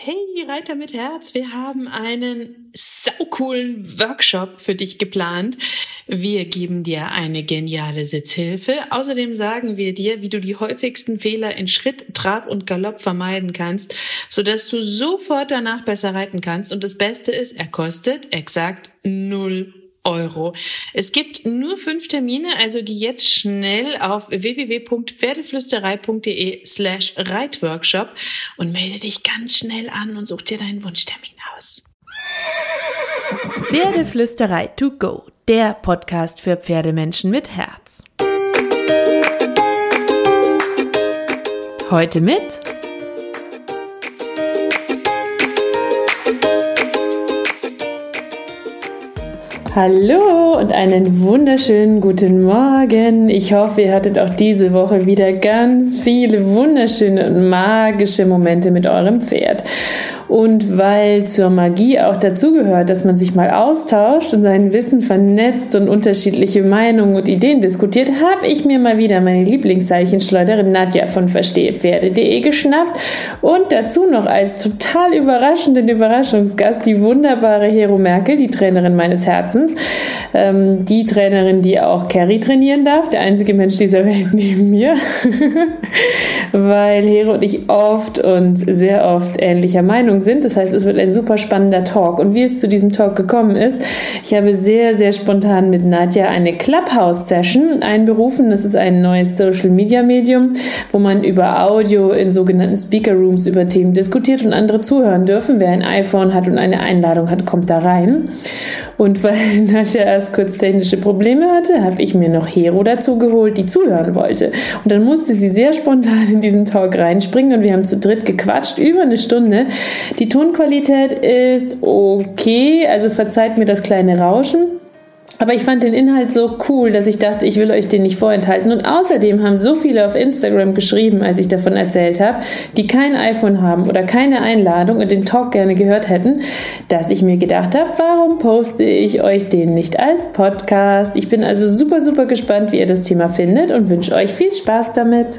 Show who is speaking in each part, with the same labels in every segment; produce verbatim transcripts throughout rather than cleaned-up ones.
Speaker 1: Hey Reiter mit Herz, wir haben einen saucoolen Workshop für dich geplant. Wir geben dir eine geniale Sitzhilfe. Außerdem sagen wir dir, wie du die häufigsten Fehler in Schritt, Trab und Galopp vermeiden kannst, sodass du sofort danach besser reiten kannst. Und das Beste ist, er kostet exakt null Euro. Es gibt nur fünf Termine, also geh jetzt schnell auf w w w punkt pferdeflüsterei punkt d e slash reitworkshop und melde dich ganz schnell an und such dir deinen Wunschtermin aus.
Speaker 2: Pferdeflüsterei to go, der Podcast für Pferdemenschen mit Herz. Heute mit Hallo und einen wunderschönen guten Morgen. Ich hoffe, ihr hattet auch diese Woche wieder ganz viele wunderschöne und magische Momente mit eurem Pferd. Und weil zur Magie auch dazugehört, dass man sich mal austauscht und sein Wissen vernetzt und unterschiedliche Meinungen und Ideen diskutiert, habe ich mir mal wieder meine Lieblingsseilchenschleuderin Nadja von verstehe pferde punkt de geschnappt und dazu noch als total überraschenden Überraschungsgast die wunderbare Hero Merkel, die Trainerin meines Herzens, ähm, die Trainerin, die auch Carrie trainieren darf, der einzige Mensch dieser Welt neben mir, weil Hero und ich oft und sehr oft ähnlicher Meinung sind. Das heißt, es wird ein super spannender Talk. Und wie es zu diesem Talk gekommen ist, ich habe sehr, sehr spontan mit Nadja eine Clubhouse-Session einberufen. Das ist ein neues Social-Media-Medium, wo man über Audio in sogenannten Speaker-Rooms über Themen diskutiert und andere zuhören dürfen. Wer ein iPhone hat und eine Einladung hat, kommt da rein. Und weil Nadja erst kurz technische Probleme hatte, habe ich mir noch Hero dazu geholt, die zuhören wollte. Und dann musste sie sehr spontan in diesen Talk reinspringen und wir haben zu dritt gequatscht, über eine Stunde. Die Tonqualität ist okay, also verzeiht mir das kleine Rauschen. Aber ich fand den Inhalt so cool, dass ich dachte, ich will euch den nicht vorenthalten. Und außerdem haben so viele auf Instagram geschrieben, als ich davon erzählt habe, die kein iPhone haben oder keine Einladung und den Talk gerne gehört hätten, dass ich mir gedacht habe, warum poste ich euch den nicht als Podcast? Ich bin also super, super gespannt, wie ihr das Thema findet und wünsche euch viel Spaß damit.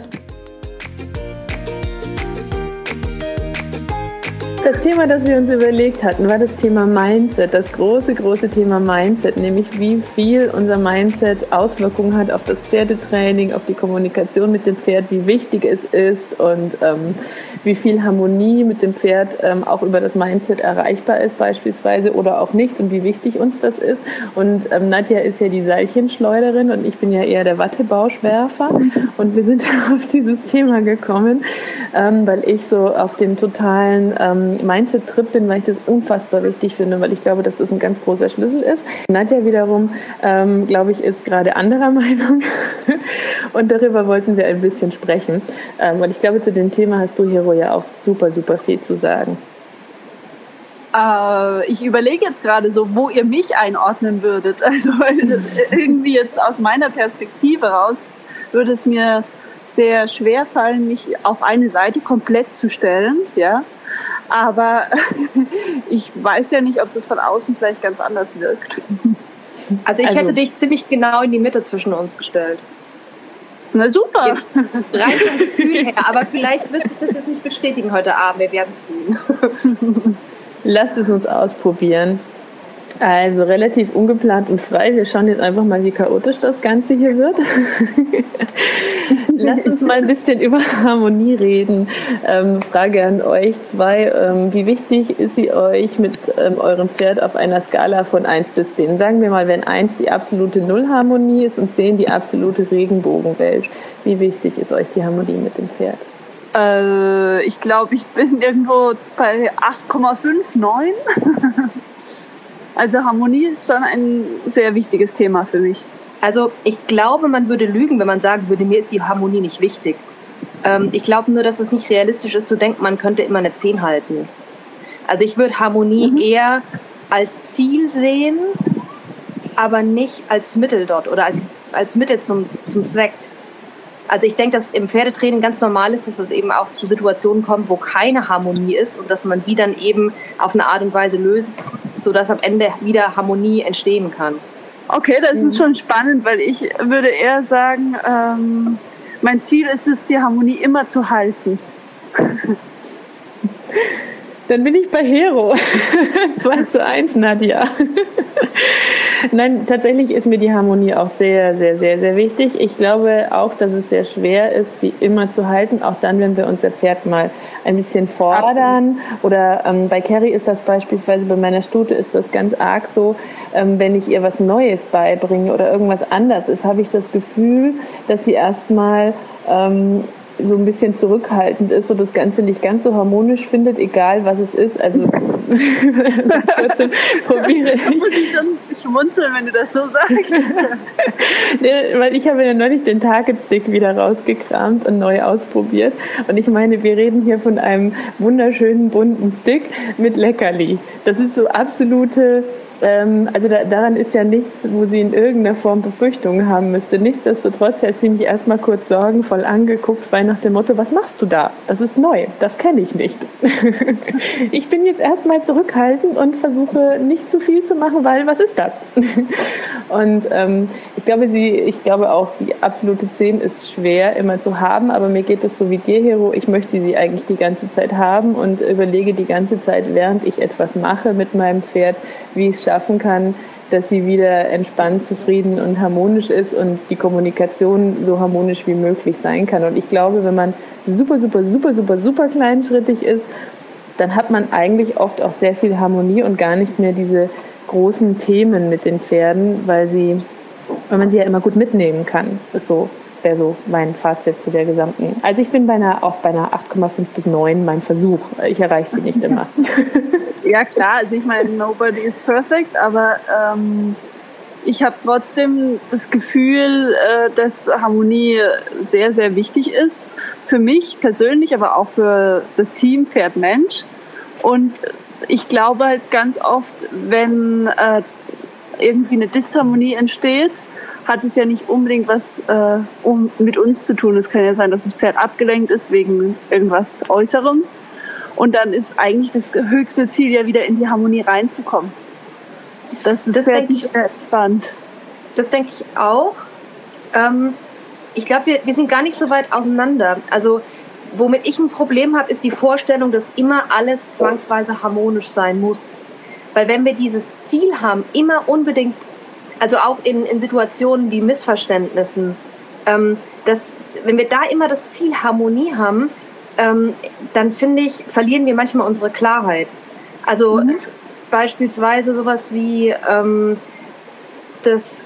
Speaker 2: Das Thema, das wir uns überlegt hatten, war das Thema Mindset, das große, große Thema Mindset, nämlich wie viel unser Mindset Auswirkungen hat auf das Pferdetraining, auf die Kommunikation mit dem Pferd, wie wichtig es ist und ähm, wie viel Harmonie mit dem Pferd ähm, auch über das Mindset erreichbar ist beispielsweise oder auch nicht und wie wichtig uns das ist. Und ähm, Nadja ist ja die Seilchenschleuderin und ich bin ja eher der Wattebauschwerfer und wir sind auf dieses Thema gekommen, ähm, weil ich so auf dem totalen ähm, Mindset-Trip bin, weil ich das unfassbar wichtig finde, weil ich glaube, dass das ein ganz großer Schlüssel ist. Nadja wiederum, ähm, glaube ich, ist gerade anderer Meinung und darüber wollten wir ein bisschen sprechen. Ähm, und ich glaube, zu dem Thema hast du, Hero, ja auch super, super viel zu sagen.
Speaker 3: Äh, ich überlege jetzt gerade so, wo ihr mich einordnen würdet. Also irgendwie jetzt aus meiner Perspektive raus würde es mir sehr schwer fallen, mich auf eine Seite komplett zu stellen, ja. Aber ich weiß ja nicht, ob das von außen vielleicht ganz anders wirkt.
Speaker 4: Also ich also, hätte dich ziemlich genau in die Mitte zwischen uns gestellt.
Speaker 3: Na super.
Speaker 4: Jetzt rein vom Gefühl her. Aber vielleicht wird sich das jetzt nicht bestätigen heute Abend. Wir werden es sehen.
Speaker 2: Lasst es uns ausprobieren. Also relativ ungeplant und frei. Wir schauen jetzt einfach mal, wie chaotisch das Ganze hier wird. Lasst uns mal ein bisschen über Harmonie reden. Ähm, Frage an euch zwei. Ähm, wie wichtig ist sie euch mit ähm, eurem Pferd auf einer Skala von eins bis zehn? Sagen wir mal, wenn eins die absolute Nullharmonie ist und zehn die absolute Regenbogenwelt. Wie wichtig ist euch die Harmonie mit dem Pferd?
Speaker 3: Äh, ich glaube, ich bin irgendwo bei acht Komma fünf, neun. Also Harmonie ist schon ein sehr wichtiges Thema für mich.
Speaker 4: Also ich glaube, man würde lügen, wenn man sagen würde, mir ist die Harmonie nicht wichtig. Ähm, ich glaube nur, dass es nicht realistisch ist zu denken, man könnte immer eine zehn halten. Also ich würde Harmonie mhm. eher als Ziel sehen, aber nicht als Mittel dort oder als, als Mittel zum, zum Zweck. Also ich denke, dass im Pferdetraining ganz normal ist, dass es eben auch zu Situationen kommt, wo keine Harmonie ist und dass man die dann eben auf eine Art und Weise löst, sodass am Ende wieder Harmonie entstehen kann.
Speaker 3: Okay, das ist schon spannend, weil ich würde eher sagen, ähm, mein Ziel ist es, die Harmonie immer zu halten.
Speaker 2: Dann bin ich bei Hero. zwei zu eins, Nadja. Nein, tatsächlich ist mir die Harmonie auch sehr, sehr, sehr, sehr wichtig. Ich glaube auch, dass es sehr schwer ist, sie immer zu halten, auch dann, wenn wir unser Pferd mal ein bisschen fordern. Absolut. Oder ähm, bei Carrie ist das beispielsweise, bei meiner Stute ist das ganz arg so, ähm, wenn ich ihr was Neues beibringe oder irgendwas anders ist, habe ich das Gefühl, dass sie erstmal ähm, so ein bisschen zurückhaltend ist und das Ganze nicht ganz so harmonisch findet, egal was es ist. Also trotzdem probiere ich.
Speaker 3: Muss ich schon schmunzeln, wenn du das so sagst.
Speaker 2: Ja, weil ich habe ja neulich den Target Stick wieder rausgekramt und neu ausprobiert. Und ich meine, wir reden hier von einem wunderschönen bunten Stick mit Leckerli. Das ist so absolute... Also da, daran ist ja nichts, wo sie in irgendeiner Form Befürchtungen haben müsste. Nichtsdestotrotz hat sie mich erstmal kurz sorgenvoll angeguckt, weil nach dem Motto, was machst du da? Das ist neu, das kenne ich nicht. Ich bin jetzt erstmal zurückhaltend und versuche nicht zu viel zu machen, weil was ist das? Und ähm, ich glaube, sie, ich glaube auch, die absolute zehn ist schwer immer zu haben, aber mir geht es so wie dir, Hero. Ich möchte sie eigentlich die ganze Zeit haben und überlege die ganze Zeit, während ich etwas mache mit meinem Pferd, wie ich es schaffen kann, dass sie wieder entspannt, zufrieden und harmonisch ist und die Kommunikation so harmonisch wie möglich sein kann. Und ich glaube, wenn man super, super, super, super, super kleinschrittig ist, dann hat man eigentlich oft auch sehr viel Harmonie und gar nicht mehr diese großen Themen mit den Pferden, weil sie, weil man sie ja immer gut mitnehmen kann. Das ist so, wäre so mein Fazit zu der gesamten. Also ich bin bei einer, auch bei einer acht Komma fünf bis neun mein Versuch. Ich erreiche sie nicht immer.
Speaker 3: Ja klar, also ich meine, nobody is perfect, aber ähm, ich habe trotzdem das Gefühl, äh, dass Harmonie sehr, sehr wichtig ist. Für mich persönlich, aber auch für das Team Pferd-Mensch. Und ich glaube halt ganz oft, wenn äh, irgendwie eine Disharmonie entsteht, hat es ja nicht unbedingt was äh, um, mit uns zu tun. Es kann ja sein, dass das Pferd abgelenkt ist wegen irgendwas Äußerem. Und dann ist eigentlich das höchste Ziel ja wieder in die Harmonie reinzukommen. Das ist sehr entspannt.
Speaker 4: Das denke ich auch. Ähm, ich glaube, wir, wir sind gar nicht so weit auseinander. Also womit ich ein Problem habe, ist die Vorstellung, dass immer alles zwangsweise harmonisch sein muss. Weil wenn wir dieses Ziel haben, immer unbedingt, also auch in, in Situationen wie Missverständnissen, ähm, dass, wenn wir da immer das Ziel Harmonie haben, ähm, dann finde ich, verlieren wir manchmal unsere Klarheit. Also mhm. beispielsweise sowas wie, ähm, dass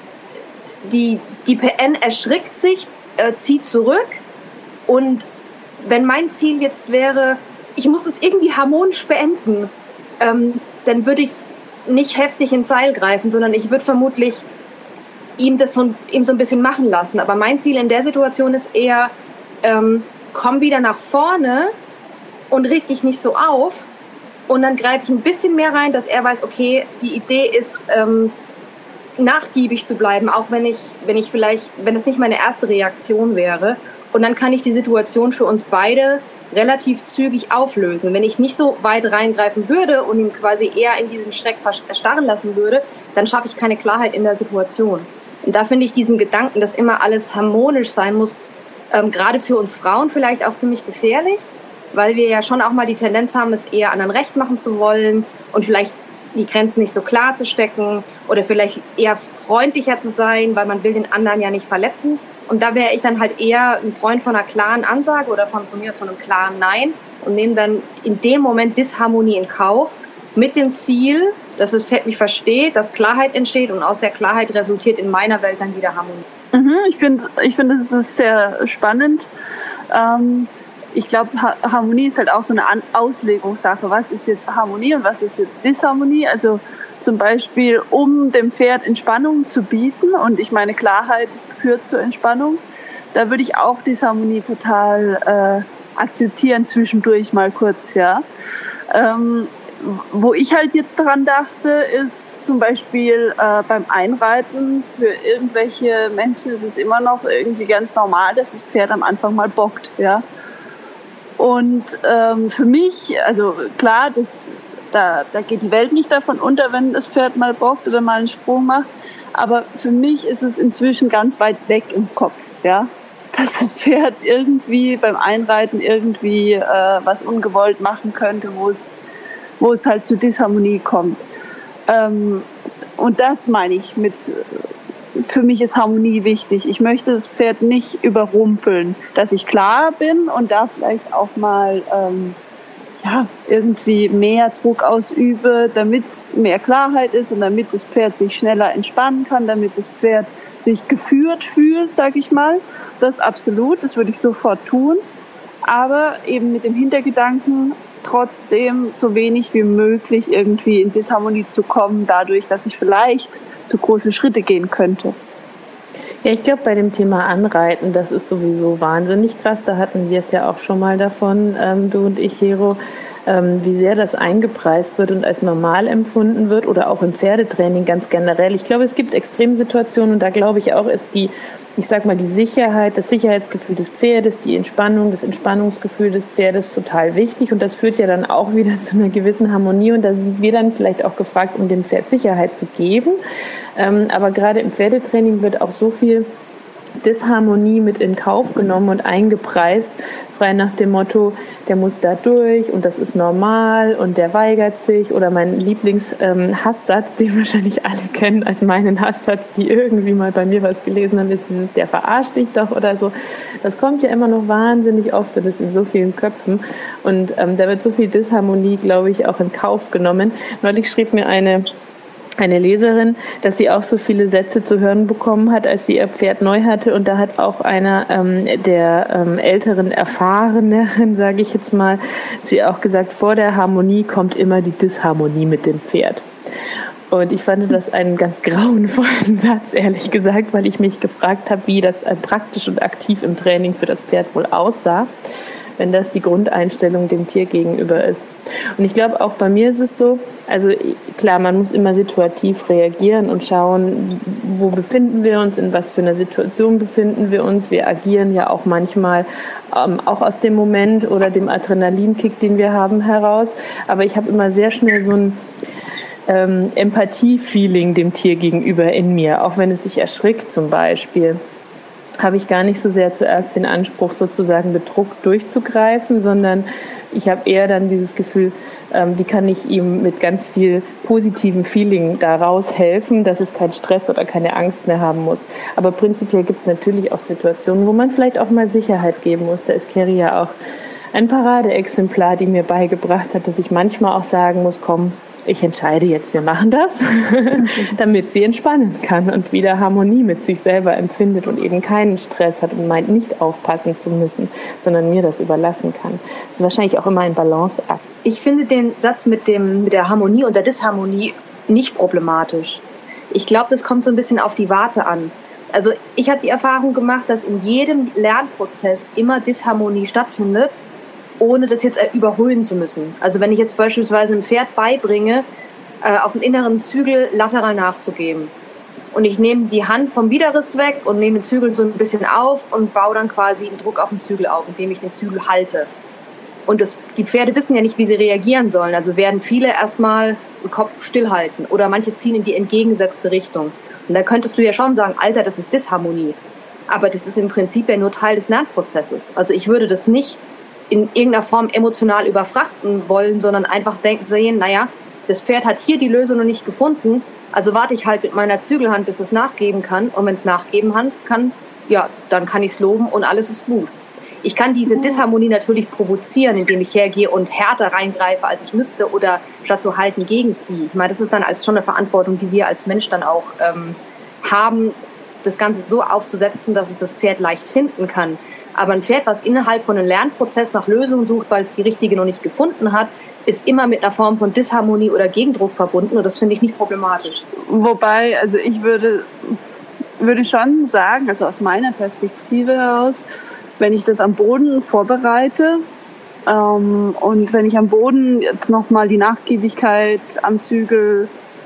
Speaker 4: die, die P N erschrickt sich, äh, zieht zurück und wenn mein Ziel jetzt wäre, ich muss es irgendwie harmonisch beenden, ähm, dann würde ich nicht heftig ins Seil greifen, sondern ich würde vermutlich ihm das so, ihm so ein bisschen machen lassen. Aber mein Ziel in der Situation ist eher, ähm, komm wieder nach vorne und reg dich nicht so auf. Und dann greife ich ein bisschen mehr rein, dass er weiß, okay, die Idee ist, ähm, nachgiebig zu bleiben, auch wenn ich, wenn ich vielleicht, wenn es nicht meine erste Reaktion wäre. Und dann kann ich die Situation für uns beide relativ zügig auflösen. Wenn ich nicht so weit reingreifen würde und ihn quasi eher in diesem Schreck erstarren lassen würde, dann schaffe ich keine Klarheit in der Situation. Und da finde ich diesen Gedanken, dass immer alles harmonisch sein muss, ähm, gerade für uns Frauen vielleicht auch ziemlich gefährlich, weil wir ja schon auch mal die Tendenz haben, es eher anderen recht machen zu wollen und vielleicht die Grenzen nicht so klar zu stecken oder vielleicht eher freundlicher zu sein, weil man will den anderen ja nicht verletzen. Und da wäre ich dann halt eher ein Freund von einer klaren Ansage oder von, von mir aus von einem klaren Nein und nehme dann in dem Moment Disharmonie in Kauf mit dem Ziel, dass das Pferd mich versteht, dass Klarheit entsteht und aus der Klarheit resultiert in meiner Welt dann wieder Harmonie.
Speaker 3: Mhm, ich finde, ich finde, es ist sehr spannend. Ähm, ich glaube, Harmonie ist halt auch so eine Auslegungssache. Was ist jetzt Harmonie und was ist jetzt Disharmonie? Also zum Beispiel, um dem Pferd Entspannung zu bieten, und ich meine, Klarheit führt zur Entspannung, da würde ich auch Disharmonie total äh, akzeptieren, zwischendurch mal kurz, ja. Ähm, wo ich halt jetzt dran dachte, ist zum Beispiel äh, beim Einreiten, für irgendwelche Menschen ist es immer noch irgendwie ganz normal, dass das Pferd am Anfang mal bockt, ja. Und ähm, für mich, also klar, das, da, da geht die Welt nicht davon unter, wenn das Pferd mal bockt oder mal einen Sprung macht. Aber für mich ist es inzwischen ganz weit weg im Kopf. Ja? dass das Pferd irgendwie beim Einreiten irgendwie äh, was ungewollt machen könnte, wo es, wo es halt zu Disharmonie kommt. Ähm, und das meine ich mit, für mich ist Harmonie wichtig. Ich möchte das Pferd nicht überrumpeln, dass ich klar bin und da vielleicht auch mal ähm, ja, irgendwie mehr Druck ausübe, damit mehr Klarheit ist und damit das Pferd sich schneller entspannen kann, damit das Pferd sich geführt fühlt, sag ich mal. Das absolut, das würde ich sofort tun. Aber eben mit dem Hintergedanken, trotzdem so wenig wie möglich irgendwie in Disharmonie zu kommen, dadurch, dass ich vielleicht zu große Schritte gehen könnte.
Speaker 2: Ja, ich glaube, bei dem Thema Anreiten, das ist sowieso wahnsinnig krass. Da hatten wir es ja auch schon mal davon, ähm, du und ich, Hero, ähm, wie sehr das eingepreist wird und als normal empfunden wird oder auch im Pferdetraining ganz generell. Ich glaube, es gibt Extremsituationen und da glaube ich auch, ist die, ich sag mal, die Sicherheit, das Sicherheitsgefühl des Pferdes, die Entspannung, das Entspannungsgefühl des Pferdes total wichtig und das führt ja dann auch wieder zu einer gewissen Harmonie und da sind wir dann vielleicht auch gefragt, um dem Pferd Sicherheit zu geben. Ähm, aber gerade im Pferdetraining wird auch so viel Disharmonie mit in Kauf genommen und eingepreist, frei nach dem Motto, der muss da durch und das ist normal und der weigert sich. Oder mein Lieblings-Hasssatz, ähm, den wahrscheinlich alle kennen als meinen Hasssatz, die irgendwie mal bei mir was gelesen haben, ist dieses, der verarscht dich doch oder so. Das kommt ja immer noch wahnsinnig oft und ist in so vielen Köpfen. Und ähm, da wird so viel Disharmonie, glaube ich, auch in Kauf genommen. Neulich schrieb mir eine eine Leserin, dass sie auch so viele Sätze zu hören bekommen hat, als sie ihr Pferd neu hatte. Und da hat auch einer ähm, der ähm, älteren Erfahreneren, sage ich jetzt mal, zu ihr auch gesagt, vor der Harmonie kommt immer die Disharmonie mit dem Pferd. Und ich fand das einen ganz grauenvollen Satz, ehrlich gesagt, weil ich mich gefragt habe, wie das äh, praktisch und aktiv im Training für das Pferd wohl aussah, wenn das die Grundeinstellung dem Tier gegenüber ist. Und ich glaube, auch bei mir ist es so, also klar, man muss immer situativ reagieren und schauen, wo befinden wir uns, in was für einer Situation befinden wir uns. Wir agieren ja auch manchmal ähm, auch aus dem Moment oder dem Adrenalinkick, den wir haben, heraus. Aber ich habe immer sehr schnell so ein ähm, Empathie-Feeling dem Tier gegenüber in mir, auch wenn es sich erschrickt zum Beispiel. Habe ich gar nicht so sehr zuerst den Anspruch, sozusagen mit Druck durchzugreifen, sondern ich habe eher dann dieses Gefühl, ähm, wie kann ich ihm mit ganz viel positivem Feeling daraus helfen, dass es keinen Stress oder keine Angst mehr haben muss. Aber prinzipiell gibt es natürlich auch Situationen, wo man vielleicht auch mal Sicherheit geben muss. Da ist Kerry ja auch ein Paradeexemplar, die mir beigebracht hat, dass ich manchmal auch sagen muss, komm, ich entscheide jetzt, wir machen das, damit sie entspannen kann und wieder Harmonie mit sich selber empfindet und eben keinen Stress hat und meint, nicht aufpassen zu müssen, sondern mir das überlassen kann. Das ist wahrscheinlich auch immer ein Balanceakt.
Speaker 4: Ich finde den Satz mit, dem, mit der Harmonie und der Disharmonie nicht problematisch. Ich glaube, das kommt so ein bisschen auf die Warte an. Also ich habe die Erfahrung gemacht, dass in jedem Lernprozess immer Disharmonie stattfindet, ohne das jetzt überholen zu müssen. Also wenn ich jetzt beispielsweise einem Pferd beibringe, äh, auf den inneren Zügel lateral nachzugeben und ich nehme die Hand vom Widerrist weg und nehme den Zügel so ein bisschen auf und baue dann quasi einen Druck auf den Zügel auf, indem ich den Zügel halte. Und das, die Pferde wissen ja nicht, wie sie reagieren sollen. Also werden viele erstmal den Kopf stillhalten oder manche ziehen in die entgegengesetzte Richtung. Und da könntest du ja schon sagen, Alter, das ist Disharmonie. Aber das ist im Prinzip ja nur Teil des Lernprozesses. Also ich würde das nicht in irgendeiner Form emotional überfrachten wollen, sondern einfach denken, sehen, naja, das Pferd hat hier die Lösung noch nicht gefunden, also warte ich halt mit meiner Zügelhand, bis es nachgeben kann. Und wenn es nachgeben kann, ja, dann kann ich es loben und alles ist gut. Ich kann diese Disharmonie natürlich provozieren, indem ich hergehe und härter reingreife, als ich müsste, oder statt zu halten gegenziehe. Ich meine, das ist dann als schon eine Verantwortung, die wir als Mensch dann auch ähm, haben, das Ganze so aufzusetzen, dass es das Pferd leicht finden kann. Aber ein Pferd, was innerhalb von einem Lernprozess nach Lösungen sucht, weil es die richtige noch nicht gefunden hat, ist immer mit einer Form von Disharmonie oder Gegendruck verbunden. Und das finde ich nicht problematisch.
Speaker 3: Wobei, also ich würde, würde schon sagen, also aus meiner Perspektive heraus, wenn ich das am Boden vorbereite ähm, und wenn ich am Boden jetzt nochmal die Nachgiebigkeit am Zügel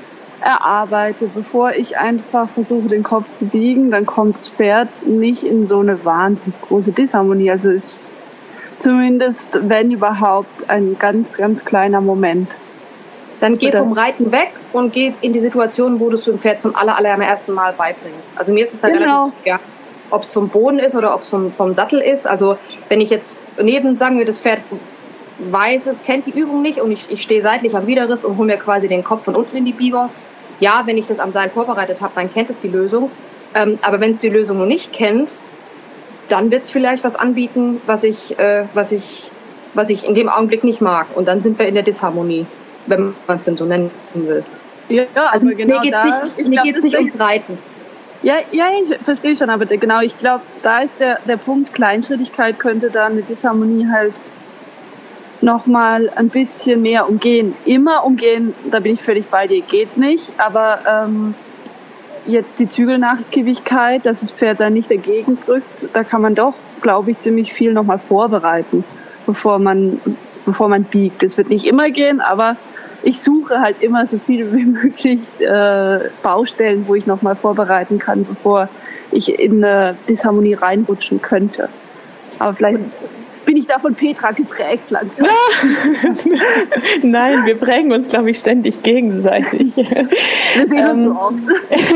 Speaker 3: erarbeite, bevor ich einfach versuche, den Kopf zu biegen, dann kommt das Pferd nicht in so eine wahnsinnig große Disharmonie. Also ist zumindest, wenn überhaupt, ein ganz, ganz kleiner Moment.
Speaker 4: Dann geh vom Reiten weg und geh in die Situation, wo du es dem Pferd zum aller, allerersten Mal beibringst. Also mir ist es dann
Speaker 3: genau.
Speaker 4: relativ, ja. ob es vom Boden ist oder ob es vom, vom Sattel ist. Also wenn ich jetzt neben, sagen wir, das Pferd weiß es, kennt die Übung nicht und ich, ich stehe seitlich am Widerriss und hole mir quasi den Kopf von unten in die Biegung. Ja, wenn ich das am Seil vorbereitet habe, dann kennt es die Lösung. Ähm, aber wenn es die Lösung noch nicht kennt, dann wird es vielleicht was anbieten, was ich, äh, was, ich, was ich in dem Augenblick nicht mag. Und dann sind wir in der Disharmonie, wenn man es denn so nennen will.
Speaker 3: Ja,
Speaker 4: also
Speaker 3: aber genau
Speaker 4: mir geht es nicht, mir geht's nicht ums Reiten.
Speaker 3: Ja, ja, ich verstehe schon, aber genau, ich glaube, da ist der, der Punkt, Kleinschrittigkeit könnte da eine Disharmonie halt nochmal ein bisschen mehr umgehen. Immer umgehen, da bin ich völlig bei dir, geht nicht, aber ähm, jetzt die Zügelnachgiebigkeit, dass das Pferd da nicht dagegen drückt, da kann man doch, glaube ich, ziemlich viel nochmal vorbereiten, bevor man, bevor man biegt. Das wird nicht immer gehen, aber ich suche halt immer so viel wie möglich äh, Baustellen, wo ich nochmal vorbereiten kann, bevor ich in eine Disharmonie reinrutschen könnte. Aber vielleicht bin ich da von Petra geprägt langsam.
Speaker 2: Nein, wir prägen uns, glaube ich, ständig gegenseitig.
Speaker 3: Wir sehen uns ähm, so oft.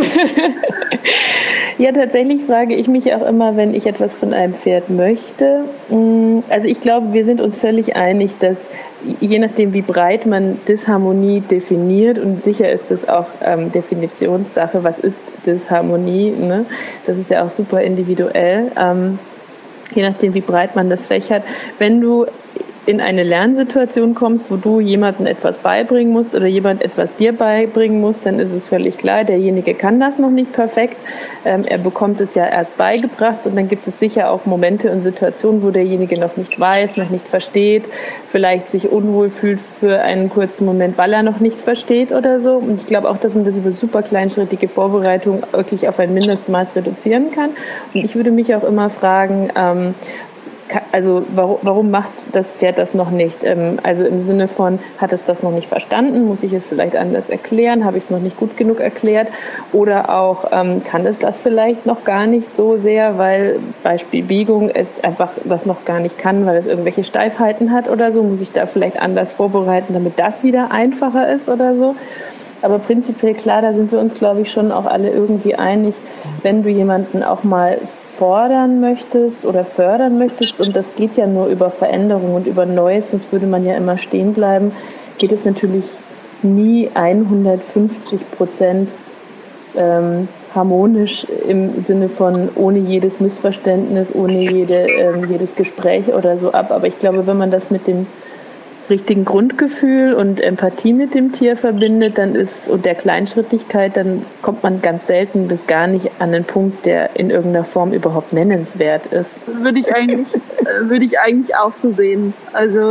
Speaker 2: Ja, tatsächlich frage ich mich auch immer, wenn ich etwas von einem Pferd möchte. Also ich glaube, wir sind uns völlig einig, dass je nachdem, wie breit man Disharmonie definiert, und sicher ist das auch ähm, Definitionssache, was ist Disharmonie, ne? Das ist ja auch super individuell. Ähm, je nachdem, wie breit man das fächert. Wenn du in eine Lernsituation kommst, wo du jemandem etwas beibringen musst oder jemand etwas dir beibringen muss, dann ist es völlig klar, derjenige kann das noch nicht perfekt. Ähm, er bekommt es ja erst beigebracht und dann gibt es sicher auch Momente und Situationen, wo derjenige noch nicht weiß, noch nicht versteht, vielleicht sich unwohl fühlt für einen kurzen Moment, weil er noch nicht versteht oder so. Und ich glaube auch, dass man das über super kleinschrittige Vorbereitung wirklich auf ein Mindestmaß reduzieren kann. Und ich würde mich auch immer fragen, ähm, also warum, warum macht das Pferd das noch nicht? Also im Sinne von, hat es das noch nicht verstanden? Muss ich es vielleicht anders erklären? Habe ich es noch nicht gut genug erklärt? Oder auch, kann es das vielleicht noch gar nicht so sehr, weil Beispiel Biegung es einfach das noch gar nicht kann, weil es irgendwelche Steifheiten hat oder so? Muss ich da vielleicht anders vorbereiten, damit das wieder einfacher ist oder so? Aber prinzipiell klar, da sind wir uns, glaube ich, schon auch alle irgendwie einig, wenn du jemanden auch mal fordern möchtest oder fördern möchtest, und das geht ja nur über Veränderung und über Neues, sonst würde man ja immer stehen bleiben, geht es natürlich nie hundertfünfzig Prozent ähm, harmonisch im Sinne von ohne jedes Missverständnis, ohne jede, ähm, jedes Gespräch oder so ab. Aber ich glaube, wenn man das mit dem richtigen Grundgefühl und Empathie mit dem Tier verbindet, dann ist, und der Kleinschrittigkeit, dann kommt man ganz selten bis gar nicht an den Punkt, der in irgendeiner Form überhaupt nennenswert ist.
Speaker 3: Würde ich eigentlich, würde ich eigentlich auch so sehen. Also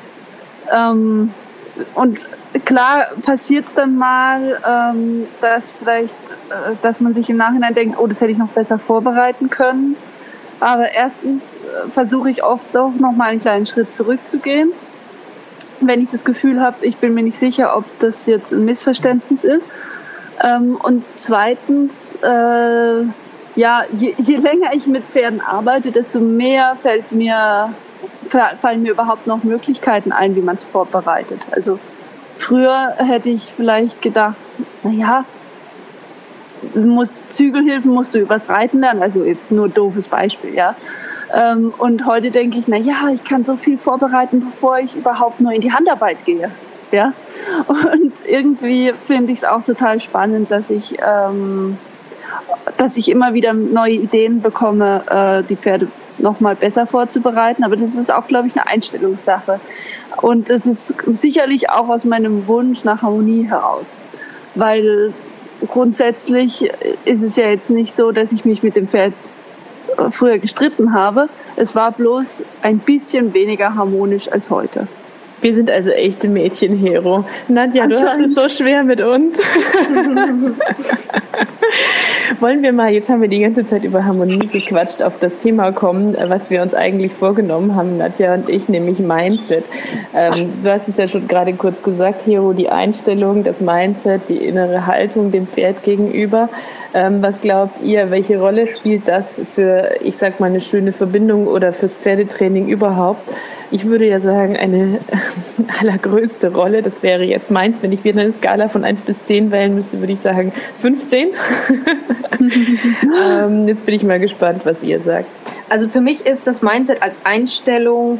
Speaker 3: ähm, und klar passiert es dann mal, ähm, dass vielleicht, äh, dass man sich im Nachhinein denkt, oh, das hätte ich noch besser vorbereiten können. Aber erstens äh, versuche ich oft doch noch mal einen kleinen Schritt zurückzugehen, wenn ich das Gefühl habe, ich bin mir nicht sicher, ob das jetzt ein Missverständnis ist. Ähm, und zweitens, äh, ja, je, je länger ich mit Pferden arbeite, desto mehr fällt mir, fallen mir überhaupt noch Möglichkeiten ein, wie man es vorbereitet. Also früher hätte ich vielleicht gedacht, naja, muss, Zügelhilfen musst du übers Reiten lernen, also jetzt nur ein doofes Beispiel, ja. Und heute denke ich, na ja, ich kann so viel vorbereiten, bevor ich überhaupt nur in die Handarbeit gehe. Ja? Und irgendwie finde ich es auch total spannend, dass ich, ähm, dass ich immer wieder neue Ideen bekomme, äh, die Pferde noch mal besser vorzubereiten. Aber das ist auch, glaube ich, eine Einstellungssache. Und das ist sicherlich auch aus meinem Wunsch nach Harmonie heraus. Weil grundsätzlich ist es ja jetzt nicht so, dass ich mich mit dem Pferd früher gestritten habe. Es war bloß ein bisschen weniger harmonisch als heute.
Speaker 2: Wir sind also echte Mädchenhero. Nadja, du hast es so schwer mit uns. Wollen wir mal, jetzt haben wir die ganze Zeit über Harmonie gequatscht, auf das Thema kommen, was wir uns eigentlich vorgenommen haben, Nadja und ich, nämlich Mindset. Ähm, du hast es ja schon gerade kurz gesagt, Hero, die Einstellung, das Mindset, die innere Haltung dem Pferd gegenüber. Ähm, was glaubt ihr, welche Rolle spielt das für, ich sag mal, eine schöne Verbindung oder fürs Pferdetraining überhaupt? Ich würde ja sagen, eine allergrößte Rolle, das wäre jetzt meins, wenn ich wieder eine Skala von eins bis zehn wählen müsste, würde ich sagen fünfzehn. ähm, jetzt bin ich mal gespannt, was ihr sagt.
Speaker 4: Also für mich ist das Mindset als Einstellung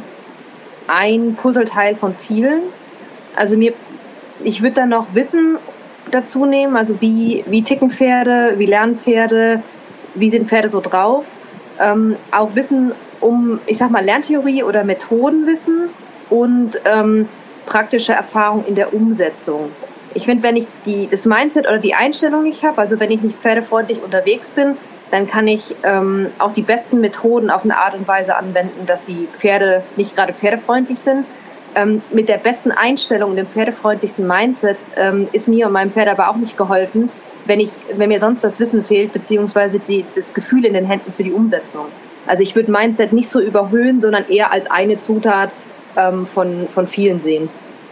Speaker 4: ein Puzzleteil von vielen. Also mir, ich würde dann noch Wissen dazu nehmen, also wie, wie ticken Pferde, wie lernen Pferde, wie sind Pferde so drauf. Ähm, auch Wissen um, ich sag mal, Lerntheorie oder Methodenwissen und ähm, praktische Erfahrung in der Umsetzung. Ich finde, wenn ich die, das Mindset oder die Einstellung nicht habe, also wenn ich nicht pferdefreundlich unterwegs bin, dann kann ich ähm, auch die besten Methoden auf eine Art und Weise anwenden, dass die Pferde nicht gerade pferdefreundlich sind. Ähm, mit der besten Einstellung und dem pferdefreundlichsten Mindset ähm, ist mir und meinem Pferd aber auch nicht geholfen, wenn, ich, wenn mir sonst das Wissen fehlt, beziehungsweise die, das Gefühl in den Händen für die Umsetzung. Also ich würde Mindset nicht so überhöhen, sondern eher als eine Zutat ähm, von, von vielen sehen.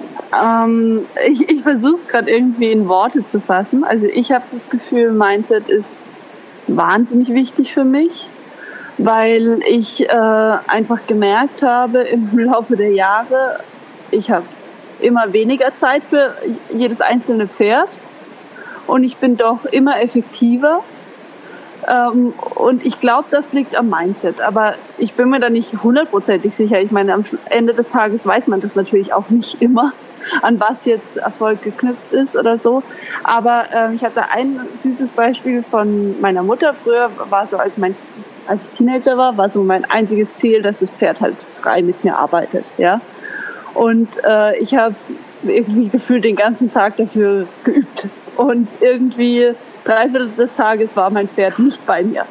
Speaker 3: Ähm, ich ich versuche es gerade irgendwie in Worte zu fassen. Also ich habe das Gefühl, Mindset ist wahnsinnig wichtig für mich, weil ich äh, einfach gemerkt habe im Laufe der Jahre, ich habe immer weniger Zeit für jedes einzelne Pferd und ich bin doch immer effektiver. Ähm, und ich glaube, das liegt am Mindset. Aber ich bin mir da nicht hundertprozentig sicher. Ich meine, am Ende des Tages weiß man das natürlich auch nicht immer, an was jetzt Erfolg geknüpft ist oder so. Aber äh, ich hatte ein süßes Beispiel von meiner Mutter. Früher war so, als, mein, als ich Teenager war, war so mein einziges Ziel, dass das Pferd halt frei mit mir arbeitet. Ja? Und äh, ich habe irgendwie gefühlt den ganzen Tag dafür geübt. Und irgendwie drei Viertel des Tages war mein Pferd nicht bei mir.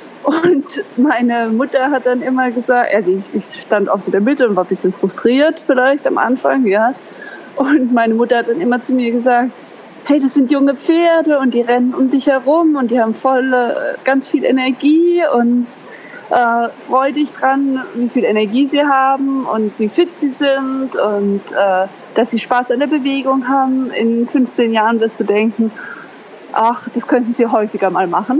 Speaker 3: Und meine Mutter hat dann immer gesagt, also ich, ich stand oft in der Mitte und war ein bisschen frustriert vielleicht am Anfang, ja. Und meine Mutter hat dann immer zu mir gesagt, hey, das sind junge Pferde und die rennen um dich herum und die haben voll äh, ganz viel Energie und äh, freu dich dran, wie viel Energie sie haben und wie fit sie sind und äh, dass sie Spaß an der Bewegung haben. In fünfzehn Jahren wirst du denken, ach, das könnten sie häufiger mal machen.